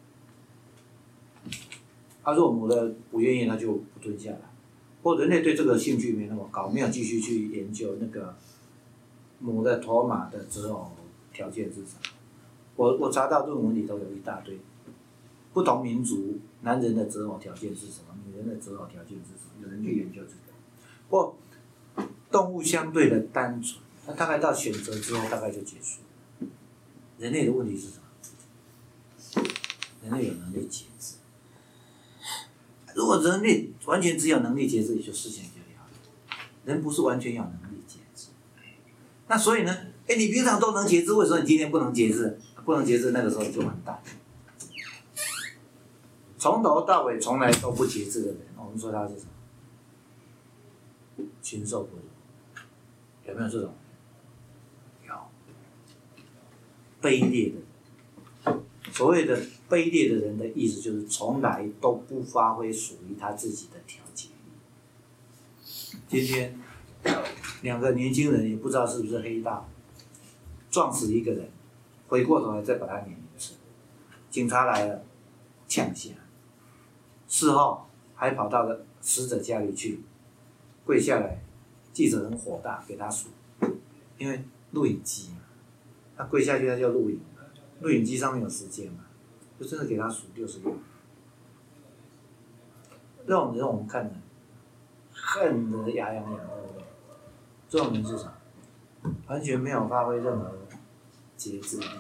如果母的不愿意，它就不蹲下来。不过人类对这个兴趣没那么高，没有继续去研究那个母的驼马的择偶条件是什么。我查到论文里头有一大堆，不同民族男人的择偶条件是什么，女人的择偶条件是什么，有人去研究这个。不过动物相对的单纯，它大概到选择之后大概就结束。人类的问题是什么？人类有能力节制。如果人类完全只有能力节制，也就事情就了了。人不是完全有能力节制。那所以呢，你平常都能节制，为什么你今天不能节制？不能节制，那个时候就完蛋。从头到尾从来都不节制的人，我们说他是什么？禽兽不如。有没有这种人？有。卑劣的人。所谓的卑劣的人的意思就是从来都不发挥属于他自己的调节力。今天2个年轻人也不知道是不是黑道，撞死一个人，回过头来再把他碾一次，警察来了，呛下，事后还跑到了死者家里去，跪下来，记者很火大，给他数，因为录影机嘛，他跪下去他就录影。录影机上面有时间嘛，就真的给他数60秒。这种人我们看了，恨得牙痒痒，对不对？这种人是什么？完全没有发挥任何节制力。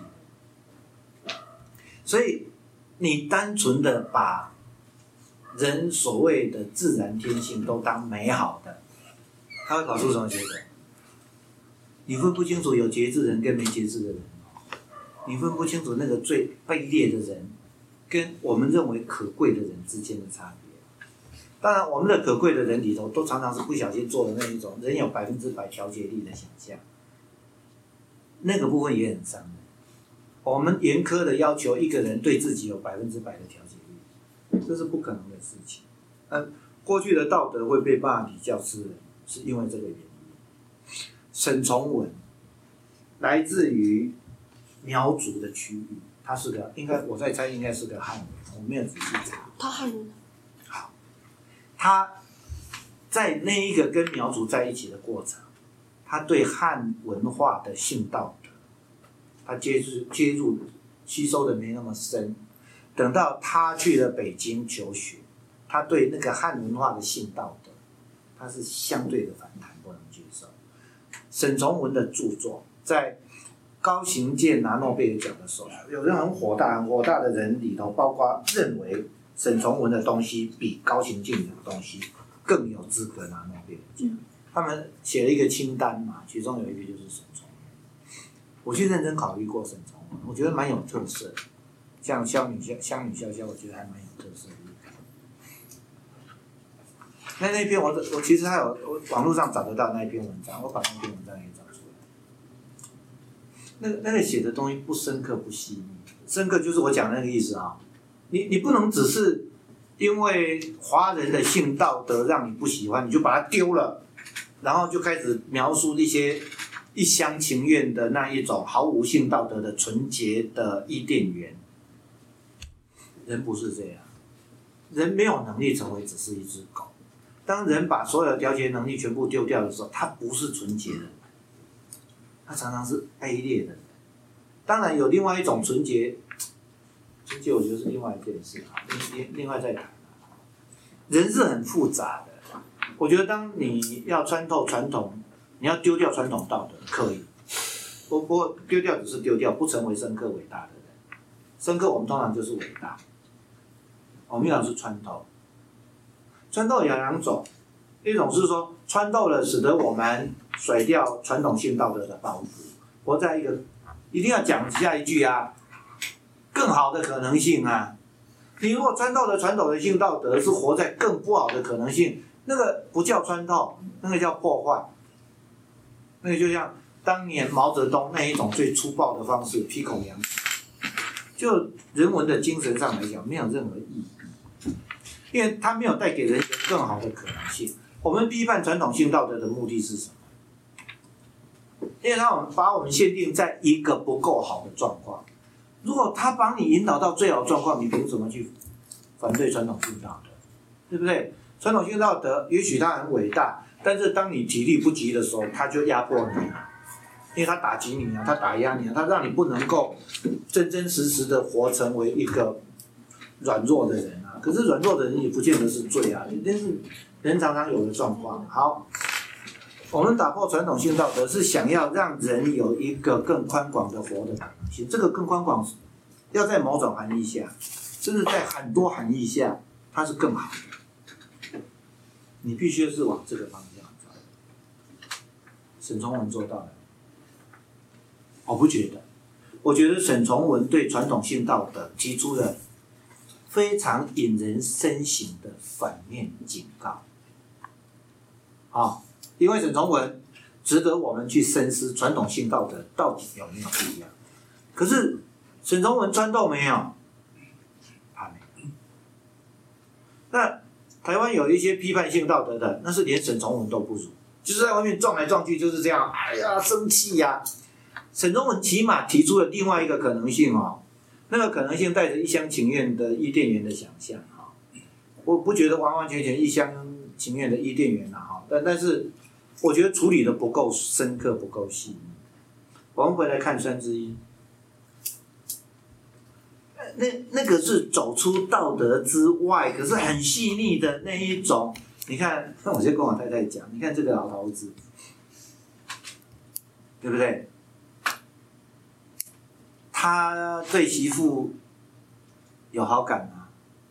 所以你单纯的把人所谓的自然天性都当美好的，他会搞出什么结果？你分不清楚有节制人跟没节制的人。你分不清楚那个最卑劣的人，跟我们认为可贵的人之间的差别。当然，我们的可贵的人里头，都常常是不小心做的那一种人有100%调节力的想象，那个部分也很伤人。我们严苛的要求一个人对自己有100%的调节力，这是不可能的事情。过去的道德会被骂比较吃人，是因为这个原因。沈从文来自于苗族的区域，他是个我在猜应该是个汉人，我没有仔细查。 他汉人。 好，他在那一个跟苗族在一起的过程，他对汉文化的性道德，他接入吸收的没那么深。等到他去了北京求学，他对那个汉文化的性道德，他是相对的反弹，不能接受。沈从文的著作在高行健拿诺贝尔奖的时候，有人很火大的人里头，包括认为沈从文的东西比高行健的东西更有资格拿诺贝尔奖。他们写了一个清单嘛，其中有一个就是沈从文。我去认真考虑过沈从文，我觉得蛮有特色的，像乡女潇潇，我觉得还蛮有特色的。那篇我其实还有我网络上找得到那一篇文章，我把那篇文章也找出来。那个写的东西不深刻不细腻，深刻就是我讲的那个意思啊。你不能只是因为华人的性道德让你不喜欢，你就把它丢了，然后就开始描述一些一厢情愿的那一种毫无性道德的纯洁的伊甸园。人不是这样，人没有能力成为只是一只狗。当人把所有的调节能力全部丢掉的时候，他不是纯洁的人，他常常是卑劣的人。当然有另外一种纯洁我觉得是另外一件事啊，另外再谈。人是很复杂的，我觉得当你要穿透传统，你要丢掉传统道德可以，不过丢掉只是丢掉，不成为深刻伟大的人。深刻我们通常就是伟大，我们要是穿透。穿透有2种， 一种是说穿透了，使得我们甩掉传统性道德的包袱，活在一个一定要讲下一句啊，更好的可能性啊。你如果穿透了传统的性道德，是活在更不好的可能性，那个不叫穿透，那个叫破坏。那个就像当年毛泽东那一种最粗暴的方式，劈孔扬起，就人文的精神上来讲，没有任何意义，因为它没有带给人一个更好的可能性。我们批判传统性道德的目的是什么？因为它把我们限定在一个不够好的状况。如果他把你引导到最好的状况，你凭什么去反对传统性道德？对不对？传统性道德也许它很伟大，但是当你体力不及的时候，它就压迫你了，因为它打击你啊，它打压你啊，它让你不能够真真实实的活成为一个软弱的人啊。可是软弱的人也不见得是罪啊，但是人常常有的状况。好，我们打破传统性道德，是想要让人有一个更宽广的活的可能性。这个更宽广，要在某种含义下，甚至在很多含义下，它是更好的。你必须是往这个方向走。沈从文做到了，我不觉得。我觉得沈从文对传统性道德提出了非常引人深省的反面警告。因为沈从文值得我们去深思传统性道德到底有没有不一样。可是沈从文穿透没有？他没有。那台湾有一些批判性道德的，那是连沈从文都不如，就是在外面撞来撞去就是这样，哎呀生气呀。沈从文起码提出了另外一个可能性那个可能性带着一厢情愿的伊甸园的想象我不觉得完完全全一厢情愿的伊甸园但是我觉得处理的不够深刻，不够细腻。我们回来看酸之音，那个是走出道德之外，可是很细腻的那一种。你看，那我先跟我太太讲，你看这个老头子，对不对？他对媳妇有好感吗？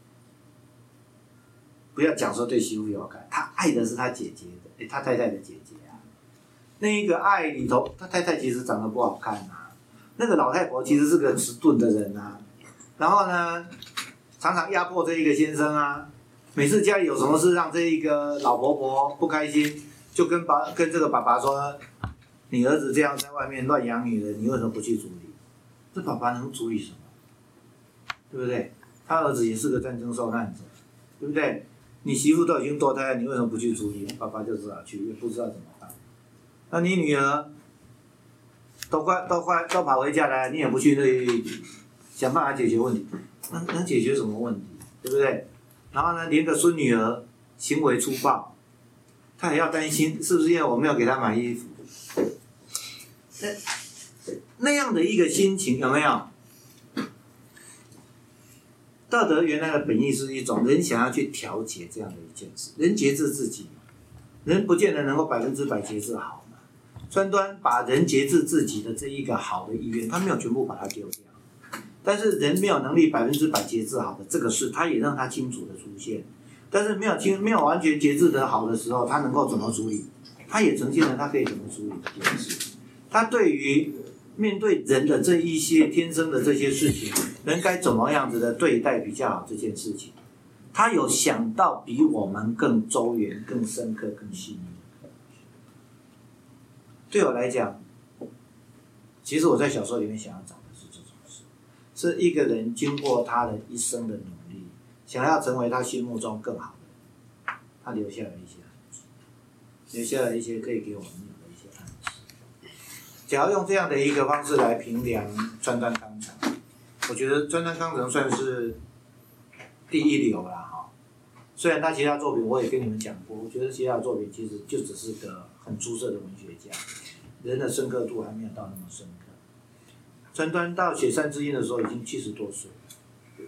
不要讲说对媳妇有好感，他爱的是他姐姐的，他太太的姐姐啊。那一个爱里头，他太太其实长得不好看啊。那个老太婆其实是个迟钝的人啊。然后呢，常常压迫这一个先生啊。每次家里有什么事让这一个老婆婆不开心，就跟这个爸爸说：“你儿子这样在外面乱养女人，你为什么不去处理？”这爸爸能处理什么？对不对？他儿子也是个战争受难者，对不对？你媳妇都已经堕胎了，你为什么不去处理？爸爸就只好去，也不知道怎么办。那你女儿都跑回家来，你也不去那里想办法解决问题，能解决什么问题？对不对？然后呢，连个孙女儿行为粗暴，他也要担心是不是因为我没有给他买衣服？那样的一个心情有没有？道德原来的本意是一种人想要去调节这样的一件事，人节制自己嘛，人不见得能够100%节制好嘛。川端把人节制自己的这一个好的意愿，他没有全部把它丢掉，但是人没有能力100%节制好的这个事，他也让他清楚的出现。但是没有完全节制得好的时候，他能够怎么处理？他也呈现了他可以怎么处理这件事。他对于面对人的这一些天生的这些事情，人该怎么样子的对待比较好这件事情，他有想到比我们更周延、更深刻、更细腻。对我来讲，其实我在小说里面想要找的是这种事，是一个人经过他的一生的努力，想要成为他心目中更好的人，他留下了一些痕迹，留下了一些可以给我们有的一些暗示。只要用这样的一个方式来评量川端康成，我觉得川端康成算是第一流啦虽然他其他作品我也跟你们讲过，我觉得其他的作品其实就只是个很出色的文学家，人的深刻度还没有到那么深刻。川端到写《山之音》的时候已经70多岁了。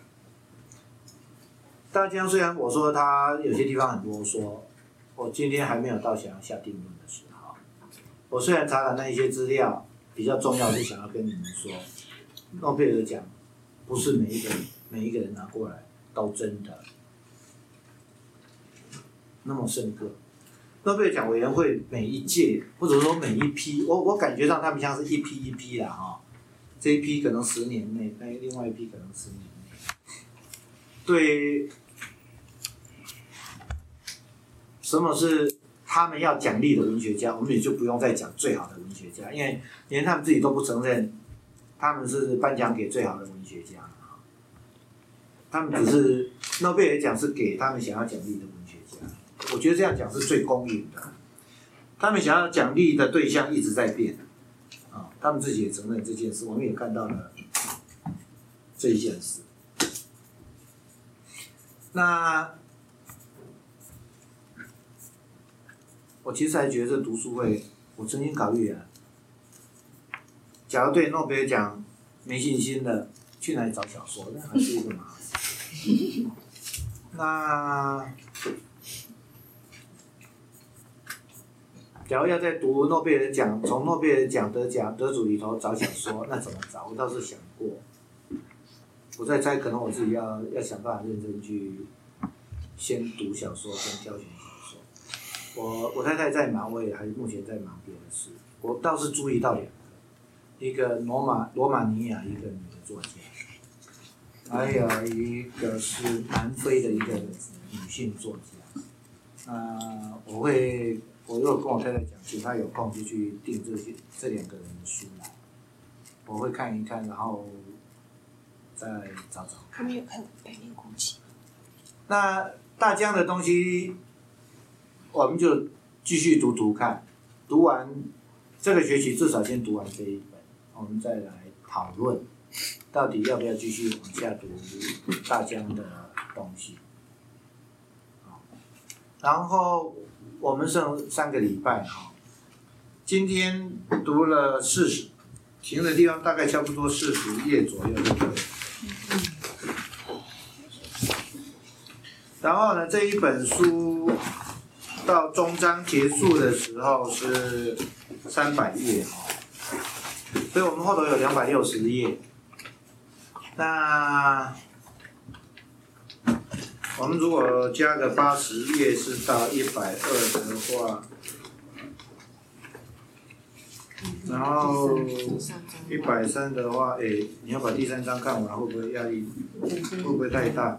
大江虽然我说他有些地方很啰嗦，我今天还没有到想要下定论的时候。我虽然查了那一些资料，比较重要是想要跟你们说，诺贝尔奖不是每一个人拿过来都真的那么深刻。 诺贝尔奖委员会每一届或者说每一批，我感觉上他们像是一批一批啦哈，这一批可能10年内，那另外一批可能10年内。对，什么是他们要奖励的文学家，我们也就不用再讲最好的文学家，因为连他们自己都不承认他们是颁奖给最好的文学家，他们只是诺贝尔奖是给他们想要奖励的文学家，我觉得这样讲是最公允的。他们想要奖励的对象一直在变，他们自己也承认这件事，我们也看到了这一件事。那我其实还觉得这读书会，我曾经考虑啊，假如对诺贝尔奖没信心的，去哪里找小说？那还是一个麻烦。那假如要在读诺贝尔奖，从诺贝尔奖得主里头找小说，那怎么找？我倒是想过。我在猜，可能我自己要想办法认真去先读小说，跟挑选小说。我太太在忙，我也还目前在忙别的事。我倒是注意到2个，一个罗马尼亚一个女的作家，还有一个是南非的一个女性作家。我如果跟我太太讲，请她有空就去订这2个人的书来，我会看一看，然后再找找。 他们有看《百年孤寂》。 那大江的东西，我们就继续读看，读完这个学期至少先读完这一本，我们再来讨论，到底要不要继续往下读大江的东西。然后我们剩3个礼拜哈，今天读了40，停的地方大概差不多40页左右就可以。然后呢，这一本书到终章结束的时候是300页哈，所以我们后头有260页。那我们如果加个80页是到120的话，然后130的话，你要把第3章看完，会不会压力会不会太大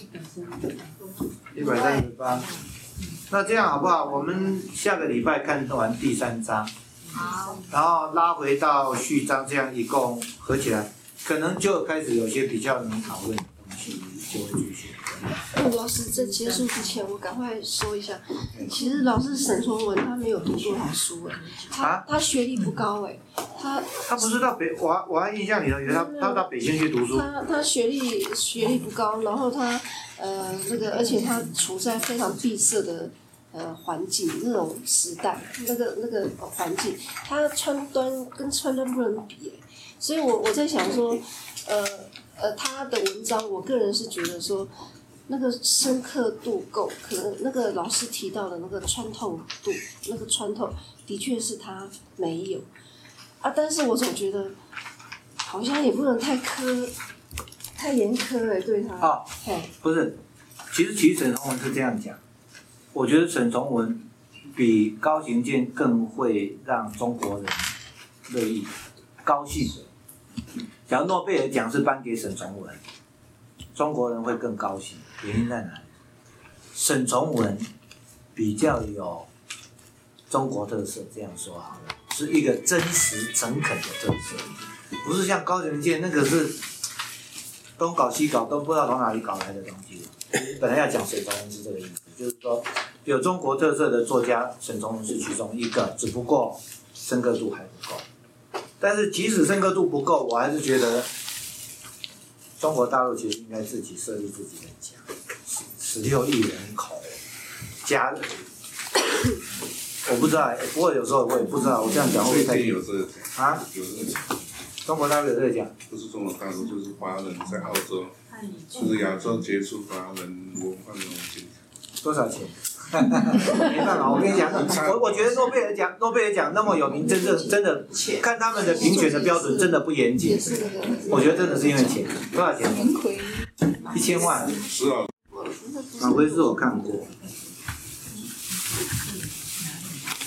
？138，那这样好不好？我们下个礼拜看完第3章， 好， 然后拉回到序章，这样一共合起来，可能就开始有些比较能讨论的东西，就会继续。 老师在结束之前，我赶快说一下，其实老师沈从文他没有读多少书哎，他学历不高哎， 他不是到北，我还印象里头以为他到北京去读书。 他学历不高，然后他而且他处在非常闭塞的环境那种时代，那个环境，他跟川端不能比哎，所以我在想说，他的文章，我个人是觉得说。那个深刻度够，可能那个老师提到的那个穿透度，那个穿透的确是他没有啊，但是我总觉得好像也不能太严苛哎，对他。 哦，不是，其实沈从文是这样讲，我觉得沈从文比高行健更会让中国人乐意高兴。假如诺贝尔奖是颁给沈从文，中国人会更高兴。原因在哪里？沈从文比较有中国特色，这样说好了，是一个真实诚恳的特色，不是像高行健那个是东搞西搞都不知道从哪里搞来的东西。本来要讲沈从文是这个意思，就是说有中国特色的作家，沈从文是其中一个，只不过深刻度还不够。但是即使深刻度不够，我还是觉得中国大陆其实应该自己设立自己的奖，16亿人口，加人，我不知道，不过有时候我也不知道，我这样讲会不会太有这个奖啊？ 有这个奖， 中国大陆有这个奖？ 不是中国大陆，就是华人在澳洲，就是亚洲杰出华人文化荣誉奖。 多少钱？没办法，我跟你讲，我觉得诺贝尔奖那么有名，真的看他们的评选的标准真的不严谨。我觉得真的是因为钱，多少钱？1000万。 是啊。 马奎斯我看过，